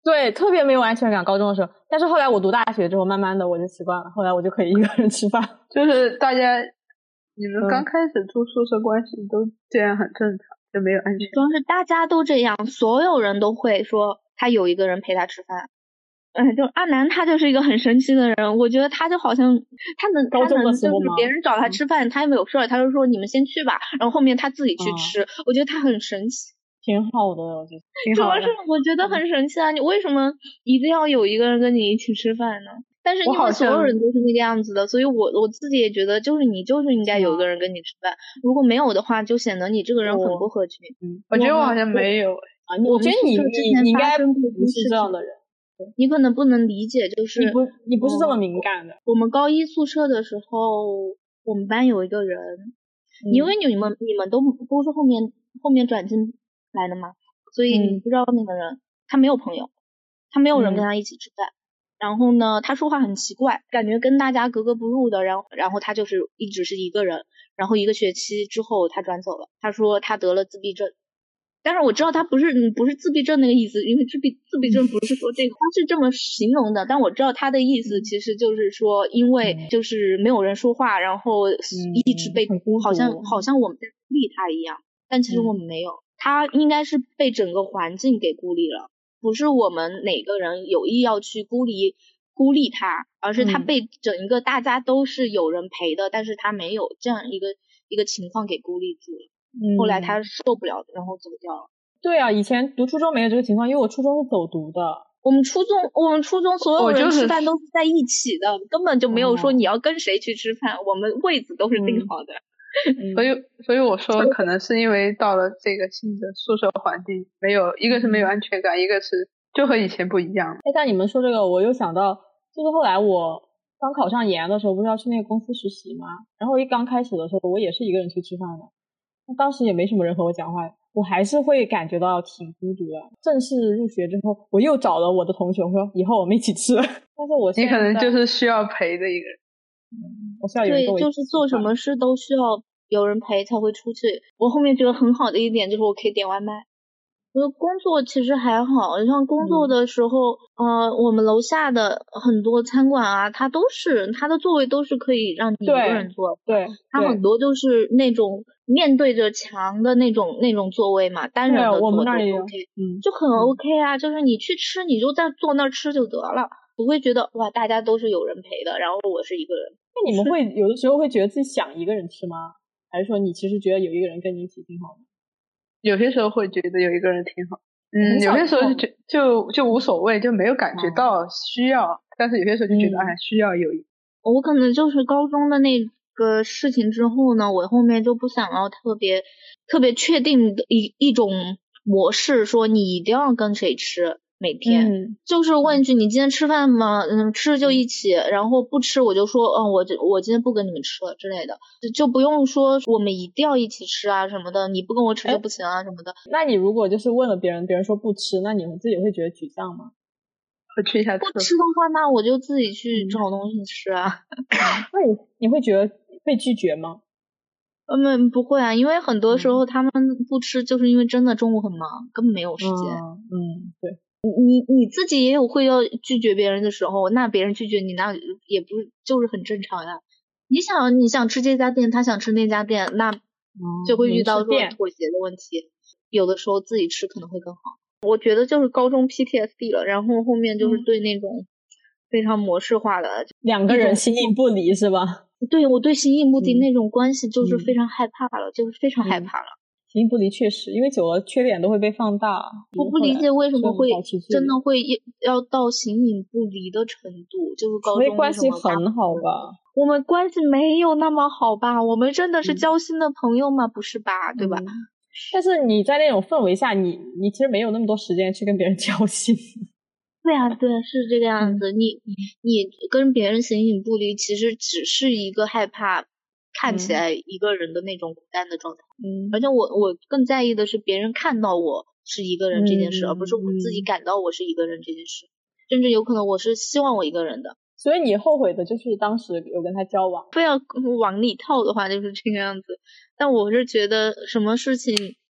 对，特别没有安全感。高中的时候，但是后来我读大学之后，慢慢的我就习惯了，后来我就可以一个人吃饭。 就是大家，你们刚开始住宿舍关系都这样很正常，就没有安全感。 主要是大家都这样，所有人都会说他有一个人陪他吃饭。嗯，就阿南他就是一个很神奇的人，我觉得他就好像他能高中的时候就是别人找他吃饭，嗯、他也没有事儿，他就说你们先去吧，然后后面他自己去吃，嗯、我觉得他很神奇。 挺好的，我觉得挺好的。主要是我觉得很神奇啊！你为什么一定要有一个人跟你一起吃饭呢？但是因为所有人都是那个样子的，所以我我自己也觉得，就是你就是应该有一个人跟你吃饭。如果没有的话，就显得你这个人很不合群。 嗯，我觉得我好像没有啊。我觉得你你你应该不是这样的人， 你可能不能理解，就是你不你不是这么敏感的。 我们高一宿舍的时候，我们班有一个人，嗯、因为你们你们都都是后面后面转进来的嘛。所以你不知道那个人、嗯、他没有朋友，他没有人跟他一起吃饭、嗯、然后呢他说话很奇怪，感觉跟大家格格不入的，然后然后他就是一直是一个人，然后一个学期之后他转走了，他说他得了自闭症，但是我知道他不是不是自闭症那个意思，因为自闭自闭症不是说这个，他是这么形容的，但我知道他的意思其实就是说因为就是没有人说话，然后一直被、嗯、好像好像我们在孤立他一样，但其实我们没有、嗯，他应该是被整个环境给孤立了，不是我们哪个人有意要去孤立孤立他，而是他被整一个大家都是有人陪的、嗯、但是他没有这样一个一个情况给孤立住了、嗯、后来他受不了然后走掉了。 对啊，以前读初中没有这个情况，因为我初中是走读的。 我们初中我们初中所有人吃饭都是在一起的、就是、根本就没有说你要跟谁去吃饭、哦、我们位子都是定好的、 嗯所以，所以我说，可能是因为到了这个新的宿舍环境，没有一个是没有安全感，一个是就和以前不一样。 哎，但你们说这个，我又想到，就是后来我刚考上研的时候，不是要去那个公司实习吗？然后一刚开始的时候，我也是一个人去吃饭的，那当时也没什么人和我讲话，我还是会感觉到挺孤独的。正式入学之后，我又找了我的同学，我说以后我们一起吃。但是我现在你可能就是需要陪的一个人。 嗯，我需要有人跟我一起吃饭。 对，就是做什么事都需要有人陪才会出去。我后面觉得很好的一点就是我可以点外卖。我的工作其实还好，像工作的时候、嗯、呃，我们楼下的很多餐馆啊，它都是它的座位都是可以让你一个人坐。 对， 它很多就是那种面对着墙的那种那种座位嘛，单人的座都 OK， 嗯， 就很 OK 啊、嗯。就是你去吃，你就在坐那儿吃就得了，不会觉得哇大家都是有人陪的，然后我是一个人。 那你们会有的时候会觉得自己想一个人吃吗？还是说你其实觉得有一个人跟你一起挺好的？ 有些时候会觉得有一个人挺好，嗯，有些时候就觉就就无所谓，就没有感觉到需要，嗯、但是有些时候就觉得哎、嗯、需要有一。 我可能就是高中的那个事情之后呢，我后面就不想要特别特别确定的一一种模式，说你一定要跟谁吃。每天、嗯、就是问一句你今天吃饭吗？嗯，吃就一起，然后不吃我就说嗯，我我今天不跟你们吃了之类的，就不用说我们一定要一起吃啊什么的，你不跟我吃就不行啊什么的。 那你如果就是问了别人，别人说不吃，那你们自己会觉得沮丧吗？ 会去一下不吃的话，那我就自己去找东西吃啊。 那你你会觉得被拒绝吗？ 嗯，不会啊，因为很多时候他们不吃，就是因为真的中午很忙，根本没有时间。 嗯, 嗯，对。 你你自己也有会要拒绝别人的时候，那别人拒绝你，那也不就是很正常呀。你想你想吃这家店，他想吃那家店，那就会遇到说妥协的问题、嗯、有的时候自己吃可能会更好。我觉得就是高中 P T S D 了，然后后面就是对那种非常模式化的、嗯、 两个人形影不离是吧？ 对，我对形影不离那种关系就是非常害怕了、嗯、就是非常害怕了。 形影不离确实，因为久了缺点都会被放大。 我不理解为什么会真的会要到形影不离的程度，就是高中因为关系很好吧？ 我们关系没有那么好吧？我们真的是交心的朋友吗？嗯、不是吧？对吧？ 嗯、但是你在那种氛围下，你你其实没有那么多时间去跟别人交心。 对啊，对啊，是这个样子。嗯、你你跟别人形影不离，其实只是一个害怕看起来一个人的那种孤单的状态。嗯，而且我我更在意的是别人看到我是一个人这件事、嗯、而不是我自己感到我是一个人这件事、嗯、甚至有可能我是希望我一个人的。 所以你后悔的就是当时有跟他交往？ 非要往里套的话就是这个样子，但我是觉得什么事情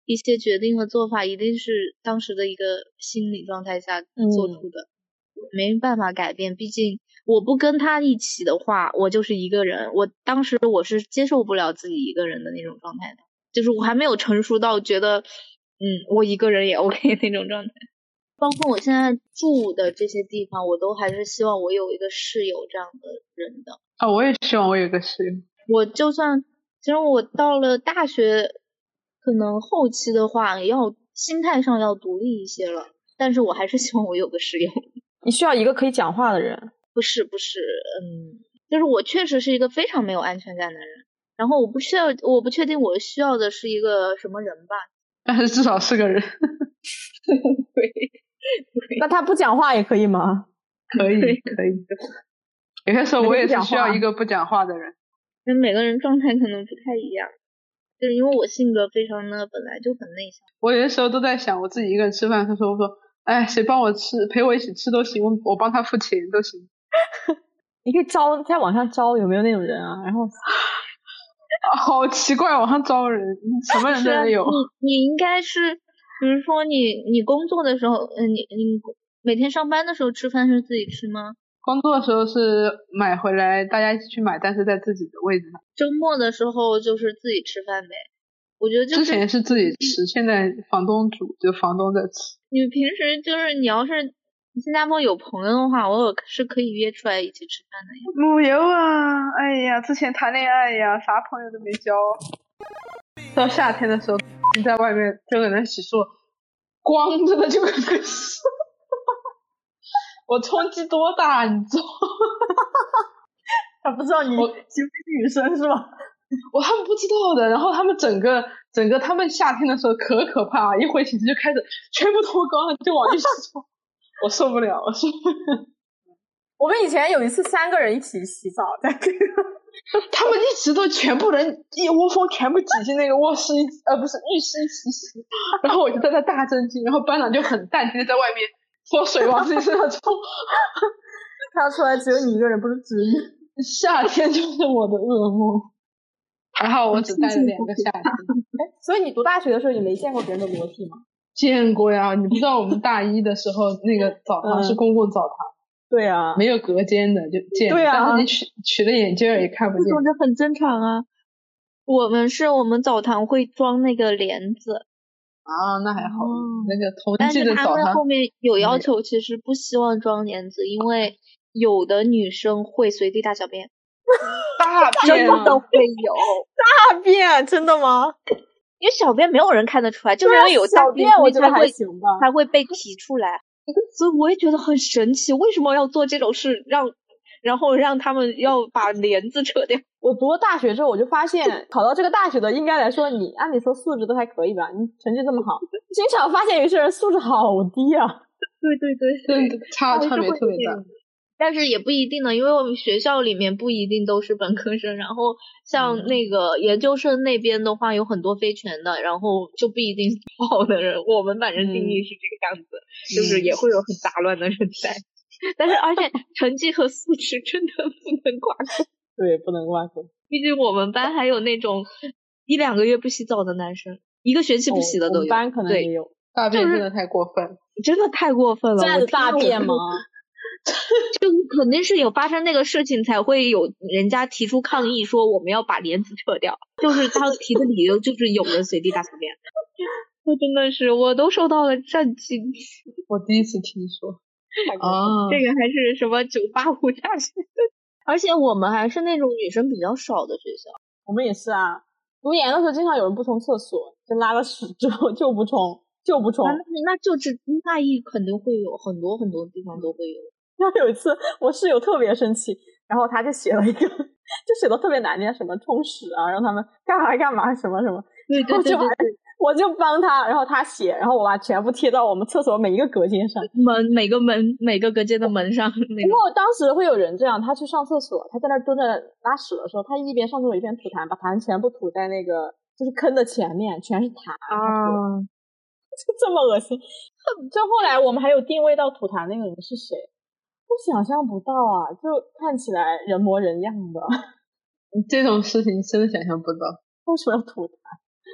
一些决定和做法一定是当时的一个心理状态下做出的，嗯、没办法改变。毕竟我不跟他一起的话，我就是一个人。我当时我是接受不了自己一个人的那种状态的，就是我还没有成熟到觉得，嗯，我一个人也 OK 那种状态。包括我现在住的这些地方，我都还是希望我有一个室友这样的人的。 啊、哦，我也希望我有个室友。 我就算，其实我到了大学，可能后期的话，要心态上要独立一些了。但是我还是希望我有个室友。 你需要一个可以讲话的人。 不是不是，嗯，就是我确实是一个非常没有安全感的人。然后我不需要，我不确定我需要的是一个什么人吧。 但是至少是个人。 对。 那他不讲话也可以吗？ 可以可以。有些时候我也是需要一个不讲话的人。 那每个人状态可能不太一样，就是因为我性格非常的本来就很内向。 我有些时候都在想，我自己一个人吃饭的时候，我说，哎，谁帮我吃，陪我一起吃都行，我我帮他付钱都行。 你可以招在网上招有没有那种人啊？然后好奇怪，网上招人，什么人都有。 你你应该是。比如说你你工作的时候，嗯，你你每天上班的时候吃饭是自己吃吗？ 工作的时候是买回来大家一起去买，但是在自己的位置上。 周末的时候就是自己吃饭呗。我觉得就是之前是自己吃，现在房东煮，就房东在吃。 你平时就是你要是新加坡有朋友的话，我有是可以约出来一起吃饭的呀。 没有啊，哎呀，之前谈恋爱呀，啥朋友都没交。到夏天的时候，你在外面就可能洗漱，光着的就可能洗。我冲击多大，你知道吗？ 他不知道你是女生是吧？ 我他们不知道的，然后他们整个整个他们夏天的时候可可怕，一回寝室就开始全部脱光了，就往浴室冲。我受不了，我受不了。 我们以前有一次三个人一起洗澡，在这个。 他们一直都全部人一窝蜂全部挤进那个卧室一呃不是浴室一起洗，然后我就在那大震惊，然后班长就很淡定的在外面泼水往自己身上冲。 看出来只有你一个人不是直女。 夏天就是我的噩梦，还好我只待了两个夏天。 所以你读大学的时候也没见过别人的裸体吗？ 见过呀，你不知道我们大一的时候那个澡堂是公共澡堂。嗯， 对啊， 没有隔间的就见， 对啊， 但是你取取了眼镜也看不见， 这种就很正常啊。我们是我们澡堂会装那个帘子啊，那还好， 嗯、 那个同济的澡堂， 但是他们后面有要求，其实不希望装帘子，因为有的女生会随地大小便， 大便真的会有大便，真的吗？ 因为小便没有人看得出来，就是因为有大便，我觉得还行吧， 才会被提出来。所以我也觉得很神奇，为什么要做这种事，让然后让他们要把帘子撤掉？ 我读了大学之后，我就发现考到这个大学的，应该来说你按理说素质都还可以吧，你成绩这么好，经常发现有些人素质好低啊。 对对对， 对，差差别特别大。 但是也不一定呢，因为我们学校里面不一定都是本科生，然后像那个研究生那边的话有很多非全的，然后就不一定好的人，我们反正经历是这个样子，嗯、就是也会有很杂乱的人在。但是而且成绩和素质真的不能挂钩。 对，不能挂钩。 毕竟我们班还有那种一两个月不洗澡的男生，一个学期不洗的都有。 哦、我们班可能也有。 大便真的太过分了， 真的太过分了。 这样的大便吗？ 就肯定是有发生那个事情才会有人家提出抗议说我们要把帘子撤掉，就是他提的理由就是有人随地大小便。我真的是我都受到了震惊， 我第一次听说啊，这个还是什么九八五大学，而且我们还是那种女生比较少的学校。 我们也是啊，读研的时候经常有人不冲厕所，就拉个屎之后就不冲就不冲、 啊、那, 那就是大一肯定会有很多很多地方都会有。 然后有一次我室友特别生气，然后他就写了一个就写的特别难听，什么冲屎啊，让他们干嘛干嘛什么什么， 对对对对对， 我就帮他，然后他写，然后我把全部贴到我们厕所每一个隔间上， 门每个门每个隔间的门上。 因为当时会有人这样，他去上厕所，他在那蹲着拉屎的时候，他一边上厕所一边吐痰，把痰全部吐在那个就是坑的前面，全是痰啊， 就这么恶心。就后来我们还有定位到吐痰那个人是谁，我想象不到啊，就看起来人模人样的。 这种事情真的想象不到， 为什么要吐痰？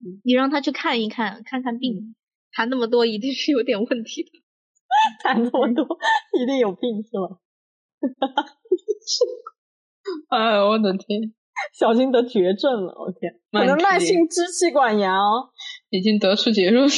你让他去看一看，看看病，谈那么多一定是有点问题的。 谈那么多一定有病是吗？ 哎，我的天， 小心得绝症了，我天，可能慢性支气管炎哦， 已经得出结论。 你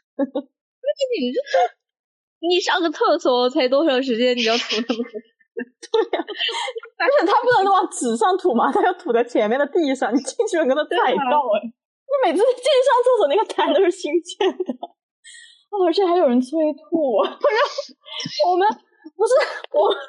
你上个厕所才多长时间，你要吐那么多？ 对呀、啊，而且他不能往纸上吐嘛，他要吐在前面的地上，你进去了跟他踩到哎、欸。你每次进去上厕所，那个痰都是新鲜的，哦、而且还有人催吐。我们不是我，我们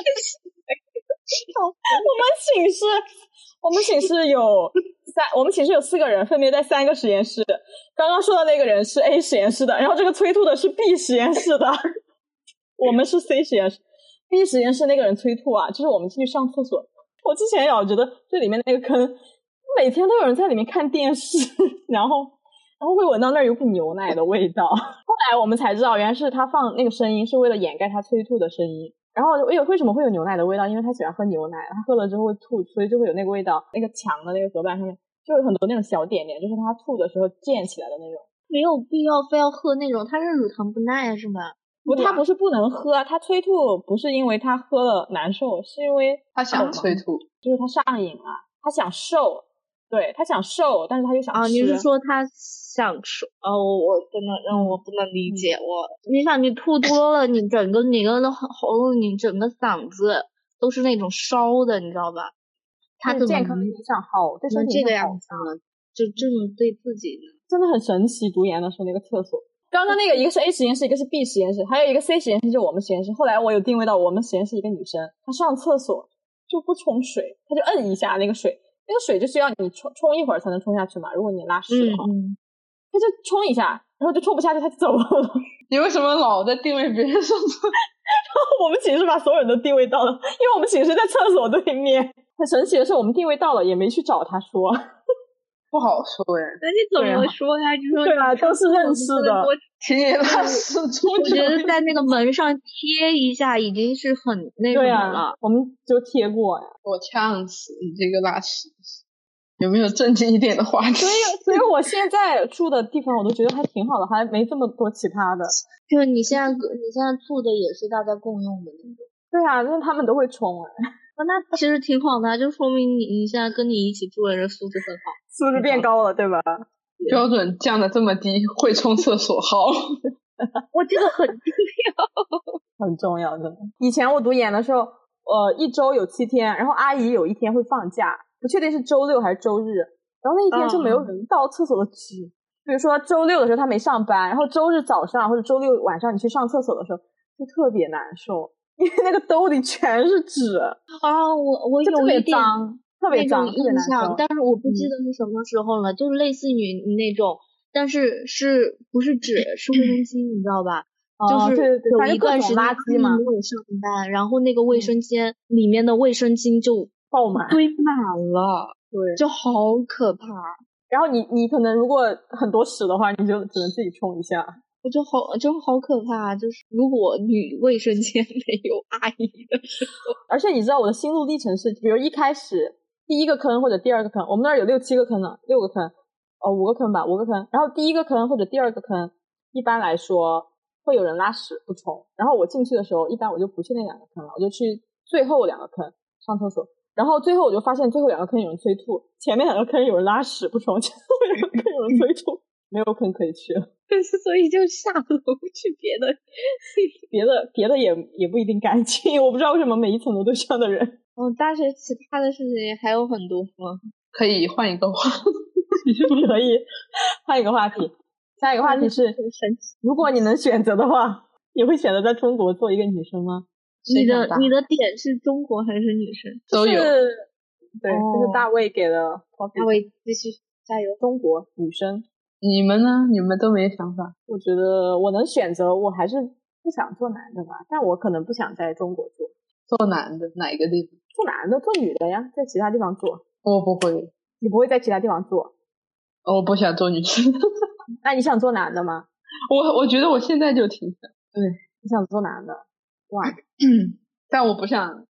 寝室，我们寝室有三，我们寝室有四个人，分别在三个实验室。刚刚说的那个人是 A 实验室的，然后这个催吐的是 B 实验室的，我们是 C 实验室。B 实验室那个人催吐啊，就是我们进去上厕所，我之前老觉得这里面那个坑，每天都有人在里面看电视，然后然后会闻到那儿有股牛奶的味道。后来我们才知道，原来是他放那个声音是为了掩盖他催吐的声音。然后为为什么会有牛奶的味道？因为他喜欢喝牛奶，他喝了之后会吐，所以就会有那个味道。那个墙的那个隔板上面就有很多那种小点点，就是他吐的时候溅起来的那种。 没有必要非要喝那种，他是乳糖不耐是吗？ 不，他不是不能喝，他催吐不是因为他喝了难受，是因为他想催吐， 就是他上瘾了，他想瘦，对，他想瘦，但是他又想吃。 啊，你是说他想吃？哦，我不能让我不能理解、嗯、我。你想你吐多了，你整个你的喉咙，你整个嗓子都是那种烧的，你知道吧？他怎么健康影响好，对身体这个样子呢？就这么对自己呢？ 真的很神奇。读研的时候那个厕所。刚刚那个一个是 A 实验室，一个是 B 实验室，还有一个 C 实验室，就是我们实验室。后来我有定位到我们实验室一个女生，她上厕所就不冲水，她就摁一下那个水，那个水就需要你冲冲一会儿才能冲下去嘛，如果你拉屎的话， 嗯， 她就冲一下，然后就冲不下去，她就走了。 你为什么老在定位别人上厕所？ 然后我们寝室把所有人都定位到了，因为我们寝室在厕所对面。很神奇的是，我们定位到了也没去找她说。 不好说哎， 那你怎么说呀？你说对啊，都是认识的。 请你拉屎出去。 我觉得在那个门上贴一下已经是很那什么了。 啊、我们就贴过呀。 我呛死你这个拉屎！有没有正经一点的话题？ 所以，所以我现在住的地方我都觉得还挺好的，还没这么多其他的。 就是你现在你现在住的也是大家共用的那种。 对啊，那他们都会冲哎。 啊，那其实挺好的，就说明你你现在跟你一起住的人素质很好， 素质变高了，对吧？ 标准降得这么低，会冲厕所好。 我觉得很重要， 很重要，真的。以前我读研的时候，呃，一周有七天，然后阿姨有一天会放假，不确定是周六还是周日，然后那一天就没有人倒厕所的纸。嗯、比如说周六的时候他没上班，然后周日早上或者周六晚上你去上厕所的时候，就特别难受。因为那个兜里全是纸啊，我我有一点特别脏， 印象，但是我不记得是什么时候了，嗯、就是类似于那种，但是是不是纸是卫生巾，你知道吧？ 哦、 就是有一段时间垃圾嘛， 没有上班，然后那个卫生间里面的卫生巾就爆满， 堆满了， 对， 就好可怕。 然后你你可能如果很多屎的话，你就只能自己冲一下。 我就好，就好可怕。就是如果女卫生间没有阿姨的时候， 而且你知道我的心路历程是，比如一开始第一个坑或者第二个坑，我们那儿有六七个坑呢，六个坑，哦五个坑吧，五个坑。然后第一个坑或者第二个坑，一般来说会有人拉屎不冲。然后我进去的时候，一般我就不去那两个坑了，我就去最后两个坑上厕所。然后最后我就发现最后两个坑有人催吐，前面两个坑有人拉屎不冲，前后两个坑有人催吐，没有坑可以去了。 所以就下楼去别的， 别的别的也也不一定干净，我不知道为什么每一层楼都这样的人。 哦，大学其他的事情还有很多吗？ 可以换一个话题，可以换一个话题。下一个话题是，如果你能选择的话，你会选择在中国做一个女生吗？ 你的你的点是中国还是女生？ 都有。 对，哦、这是大卫给的。 大卫继续加油， 中国女生。 你们呢？你们都没想法？ 我觉得我能选择，我还是不想做男的吧，但我可能不想在中国做。 做男的哪一个地方？ 做男的，做女的呀，在其他地方做。 我不会。 你不会在其他地方做？ 我不想做女生。 那你想做男的吗？ 我我觉得我现在就挺想。对， 你想做男的？哇， 但我不想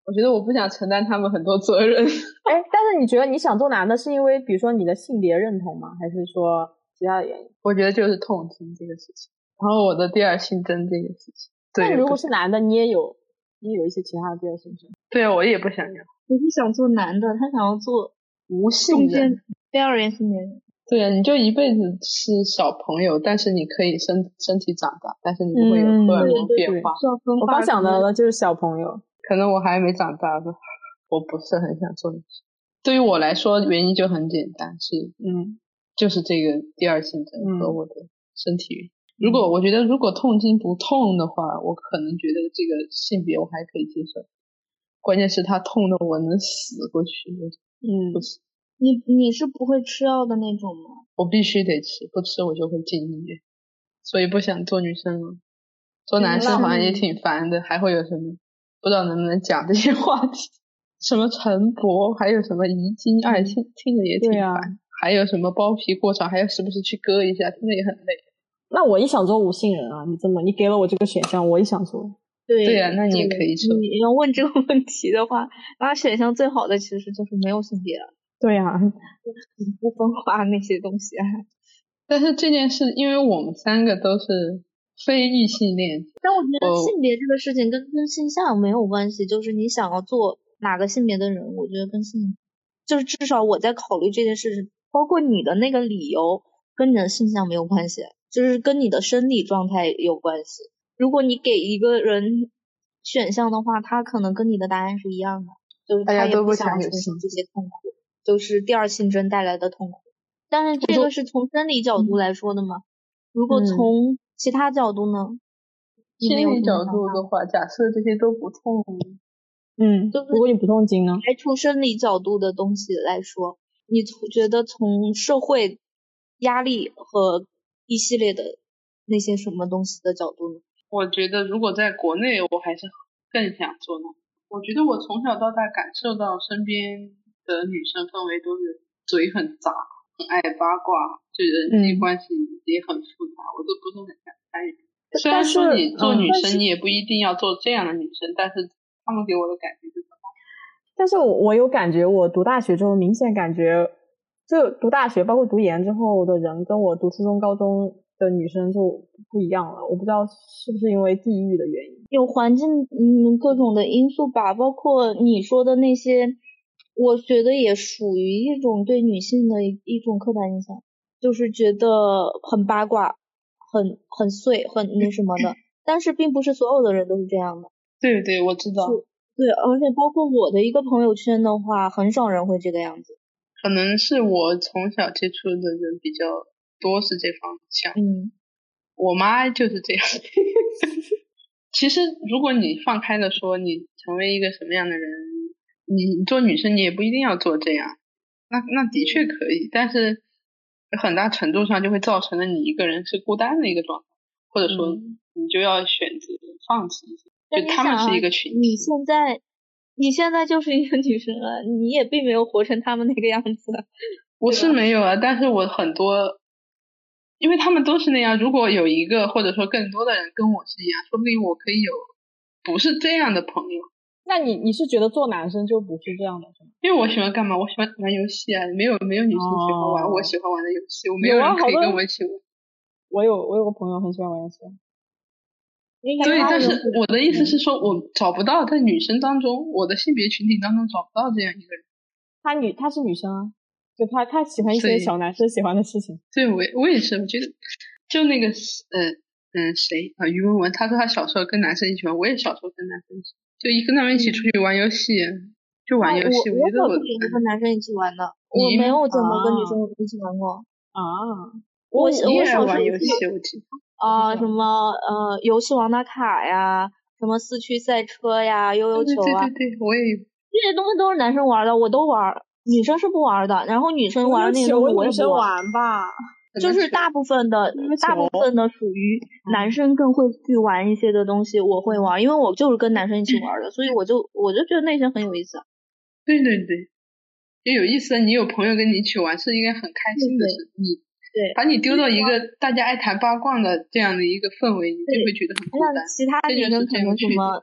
我觉得我不想承担他们很多责任。 哎，但是你觉得你想做男的是因为比如说你的性别认同吗？还是说其他的原因？ 我觉得就是痛经这个事情，然后我的第二性征这个事情。 那如果是男的，你也有你也有一些其他的第二性征。 对啊，我也不想要。 我是想做男的，他想要做无性人， 非二元性别人。 对啊，你就一辈子是小朋友，但是你可以身身体长大，但是你不会有荷尔蒙变化。 嗯、我刚想到的就是小朋友， 可能我还没长大吧，我不是很想做女生。对于我来说，原因就很简单，是嗯， 就是这个第二性征和我的身体原因。嗯、如果我觉得如果痛经不痛的话，我可能觉得这个性别我还可以接受。关键是他痛的我能死过去。 嗯， 不是。 你你是不会吃药的那种吗？ 我必须得吃，不吃我就会进医院，所以不想做女生了。做男生好像也挺烦的，还会有什么不知道能不能讲这些话题，什么晨勃，还有什么遗精，哎，听听着也挺烦、啊、还有什么包皮过长还要时不时去割一下，听着也很累。 那我也想做无性人啊，你这么你给了我这个选项，我也想做。 对对啊，那你也可以做。 你要问这个问题的话，那选项最好的其实就是没有性别了。 对啊， 不分化那些东西啊。 但是这件事因为我们三个都是非异性恋， 但我觉得性别这个事情跟跟性向没有关系，就是你想要做哪个性别的人，我觉得跟性就是至少我在考虑这件事，包括你的那个理由跟你的性向没有关系，就是跟你的生理状态有关系。如果你给一个人选项的话，他可能跟你的答案是一样的，就是他也不想承受这些痛苦，就是第二性征带来的痛苦。但是这个是从生理角度来说的嘛，如果从其他角度呢？ 嗯、心理角度的话，假设这些都不痛， 嗯， 就是如果你不痛经呢？ 排除生理角度的东西来说，你觉得从社会压力和一系列的那些什么东西的角度呢？ 我觉得如果在国内，我还是更想做呢。我觉得我从小到大感受到身边的女生氛围都是嘴很杂，很爱八卦，就人际关系也很复杂，嗯、我都不是很想参与。虽然说你做女生，你也不一定要做这样的女生，但是他们给我的感觉就是。 但是我我有感觉，我读大学之后，明显感觉，就读大学包括读研之后的人，跟我读初中、高中的女生就不一样了。我不知道是不是因为地域的原因， 有环境嗯各种的因素吧，包括你说的那些，我觉得也属于一种对女性的一一种刻板印象，就是觉得很八卦，很很碎，很那什么的。但是并不是所有的人都是这样的。 对对，我知道。 对，而且包括我的一个朋友圈的话，很少人会这个样子。 可能是我从小接触的人比较多是这方向。 嗯， 我妈就是这样。其实如果你放开的说，你成为一个什么样的人，你做女生你也不一定要做这样，那那的确可以，但是很大程度上就会造成了你一个人是孤单的一个状态，或者说你就要选择放弃一些。就他们是一个群体。 你现在你现在就是一个女生了，你也并没有活成他们那个样子。 我是没有啊，但是我很多，因为他们都是那样，如果有一个或者说更多的人跟我是一样，说不定我可以有不是这样的朋友。 那你你是觉得做男生就不是这样的是吗？ 因为我喜欢干嘛？我喜欢玩游戏啊，没有没有女生喜欢玩、哦、我喜欢玩的游戏，我没有人可以跟我一起玩。 我有我有个朋友很喜欢玩游戏。 对，但是我的意思是说，我找不到在女生当中，我的性别群体当中找不到这样一个人。 她女，她是女生啊，就她她喜欢一些小男生喜欢的事情。 对，我我也是，我觉得就那个呃嗯谁啊于文文，他说他小时候跟男生一起玩，我也小时候跟男生一起，就一跟他们一起出去玩游戏，嗯、就玩游戏。 我我觉得我我也是跟男生一起玩的，我没有怎么跟女生一起玩过啊。 我我也玩游戏，我记得。 啊、呃，什么呃，游戏王打卡呀，什么四驱赛车呀，悠悠球啊， 对对对，我也有。 这些东西都是男生玩的，我都玩，女生是不玩的。然后女生玩那些东西我也不玩吧， 就是大部分的大部分的属于男生更会去玩一些的东西，我会玩，因为我就是跟男生一起玩的，所以我就我就觉得那些很有意思。 对对对，也有意思，你有朋友跟你一起玩是一件很开心的事，你。 对， 把你丢到一个大家爱谈八卦的这样的一个氛围，你就会觉得很孤单。 像其他女生可能什么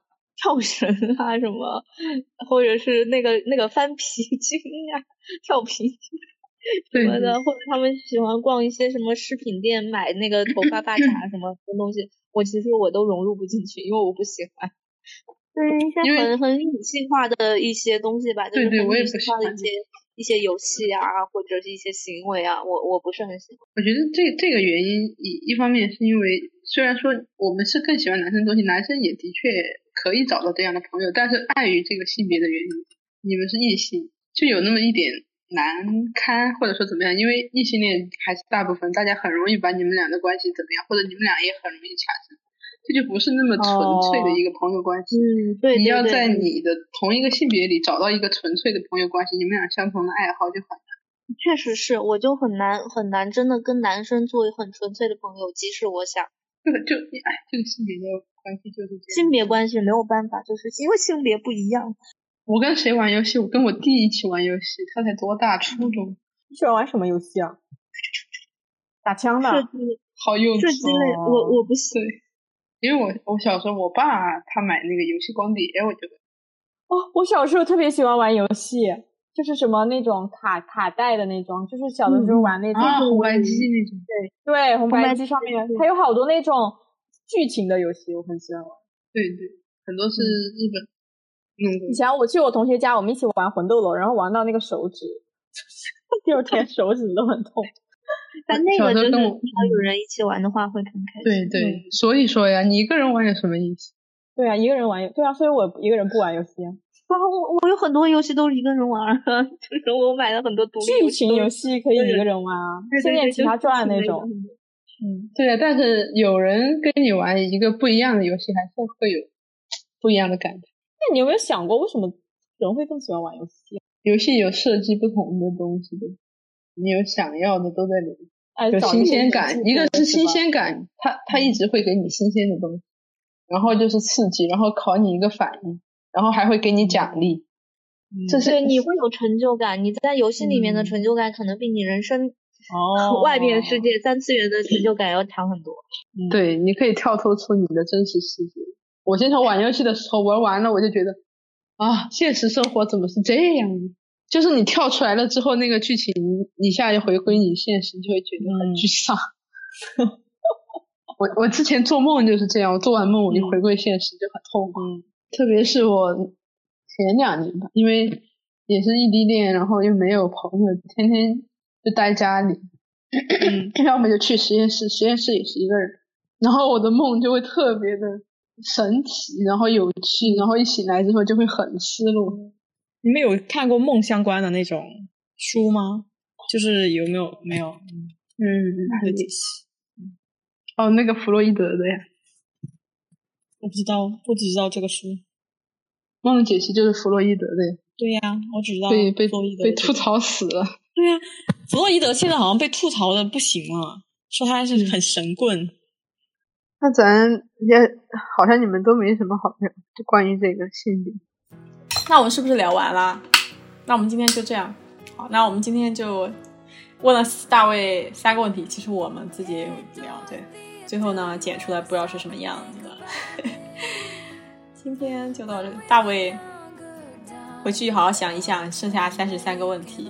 跳绳啊什么，或者是那个那个翻皮筋啊，跳皮筋什么的，或者他们喜欢逛一些什么饰品店买那个头发发卡什么东西，我其实我都融入不进去，因为我不喜欢。就是一些很很理性化的一些东西吧，就是很理性化的一些一些游戏啊，或者是一些行为啊，我我不是很喜欢。 我觉得这这个原因一一方面是因为虽然说我们是更喜欢男生的东西，男生也的确可以找到这样的朋友，但是碍于这个性别的原因，你们是异性，就有那么一点难堪，或者说怎么样，因为异性恋还是大部分，大家很容易把你们俩的关系怎么样，或者你们俩也很容易产生。这就不是那么纯粹的一个朋友关系。 嗯，对， 你要在你的同一个性别里找到一个纯粹的朋友关系，你们俩相同的爱好就很难。 确实是，我就很难很难真的跟男生做很纯粹的朋友，即使我想。 这个就哎，这个性别的关系就是这样。 性别关系没有办法，就是因为性别不一样。 我跟谁玩游戏？我跟我弟一起玩游戏，他才多大？初中。 你喜欢玩什么游戏啊？打枪的。 射击。 好幼稚。 射击类，我我不喜欢。 因为我我小时候我爸他买那个游戏光碟，我觉得哦，我小时候特别喜欢玩游戏，就是什么那种卡卡带的那种，就是小的时候玩那种、 嗯、啊红白机那种， 对对，红白机上面它有好多那种剧情的游戏，我很喜欢玩。 对对，很多是日本。 嗯，以前我去我同学家，我们一起玩魂斗罗，然后玩到那个手指，第二天手指都很痛。 但那个真的有人一起玩的话会很开心。 对对、嗯，所以说呀，你一个人玩有什么意思？ 对啊，一个人玩，对啊，所以我一个人不玩游戏啊。 啊，我我有很多游戏都是一个人玩啊，就是我买了很多独立剧情游戏可以一个人玩啊，《仙剑奇侠传》那种。 嗯，对啊，但是有人跟你玩一个不一样的游戏，还是会有不一样的感觉。 那你有没有想过，为什么人会更喜欢玩游戏？ 游戏有设计不同的东西的。你有想要的都在里面， 哎、 有新鲜感。一个是新鲜感，它它一直会给你新鲜的东西，然后就是刺激，然后考你一个反应，然后还会给你奖励。 嗯、这是你会有成就感，你在游戏里面的成就感可能比你人生、 哦、 外面世界三次元的成就感要强很多。 嗯、对，你可以跳脱出你的真实世界。我经常玩游戏的时候玩完了，我就觉得啊，现实生活怎么是这样的？就是你跳出来了之后，那个剧情一下就回归你现实，就会觉得很沮丧。嗯、我我之前做梦就是这样，我做完梦我一回归现实就很痛苦。嗯、特别是我前两年吧，因为也是异地恋，然后又没有朋友，天天就待家里，嗯、要么就去实验室，实验室也是一个人，然后我的梦就会特别的神奇，然后有趣，然后一醒来之后就会很失落。 你们有看过梦相关的那种书吗？就是有没有没有嗯梦的解析？ 哦，那个弗洛伊德的呀。 我不知道，我只知道这个书。 梦的解析就是弗洛伊德的呀。 对呀、啊，我只知道被被弗洛伊德被吐槽死了。 对呀、啊，弗洛伊德现在好像被吐槽的不行了，说他是很神棍。 那咱也好像你们都没什么好聊，就关于这个性别。 那我们是不是聊完了？那我们今天就这样。好，那我们今天就问了大卫三个问题，其实我们自己也有聊，对。最后呢，剪出来不知道是什么样子的。今天就到这里，大卫回去好好想一想，剩下三十三个问题。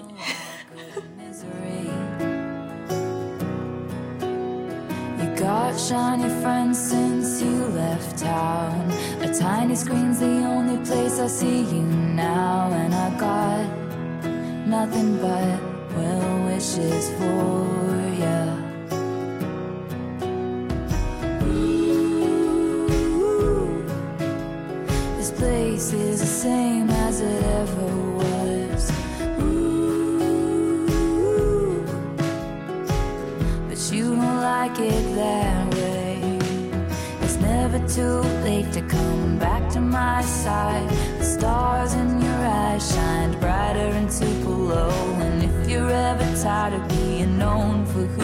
Got shiny friends since you left town. A tiny screen's the only place I see you now. And I got nothing but well wishes for you. Ooh, this place is the same as it ever was. Ooh, but you don't like it that way. It's never too late to come back to my side. The stars in your eyes shined brighter into below. And if you're ever tired of being known for who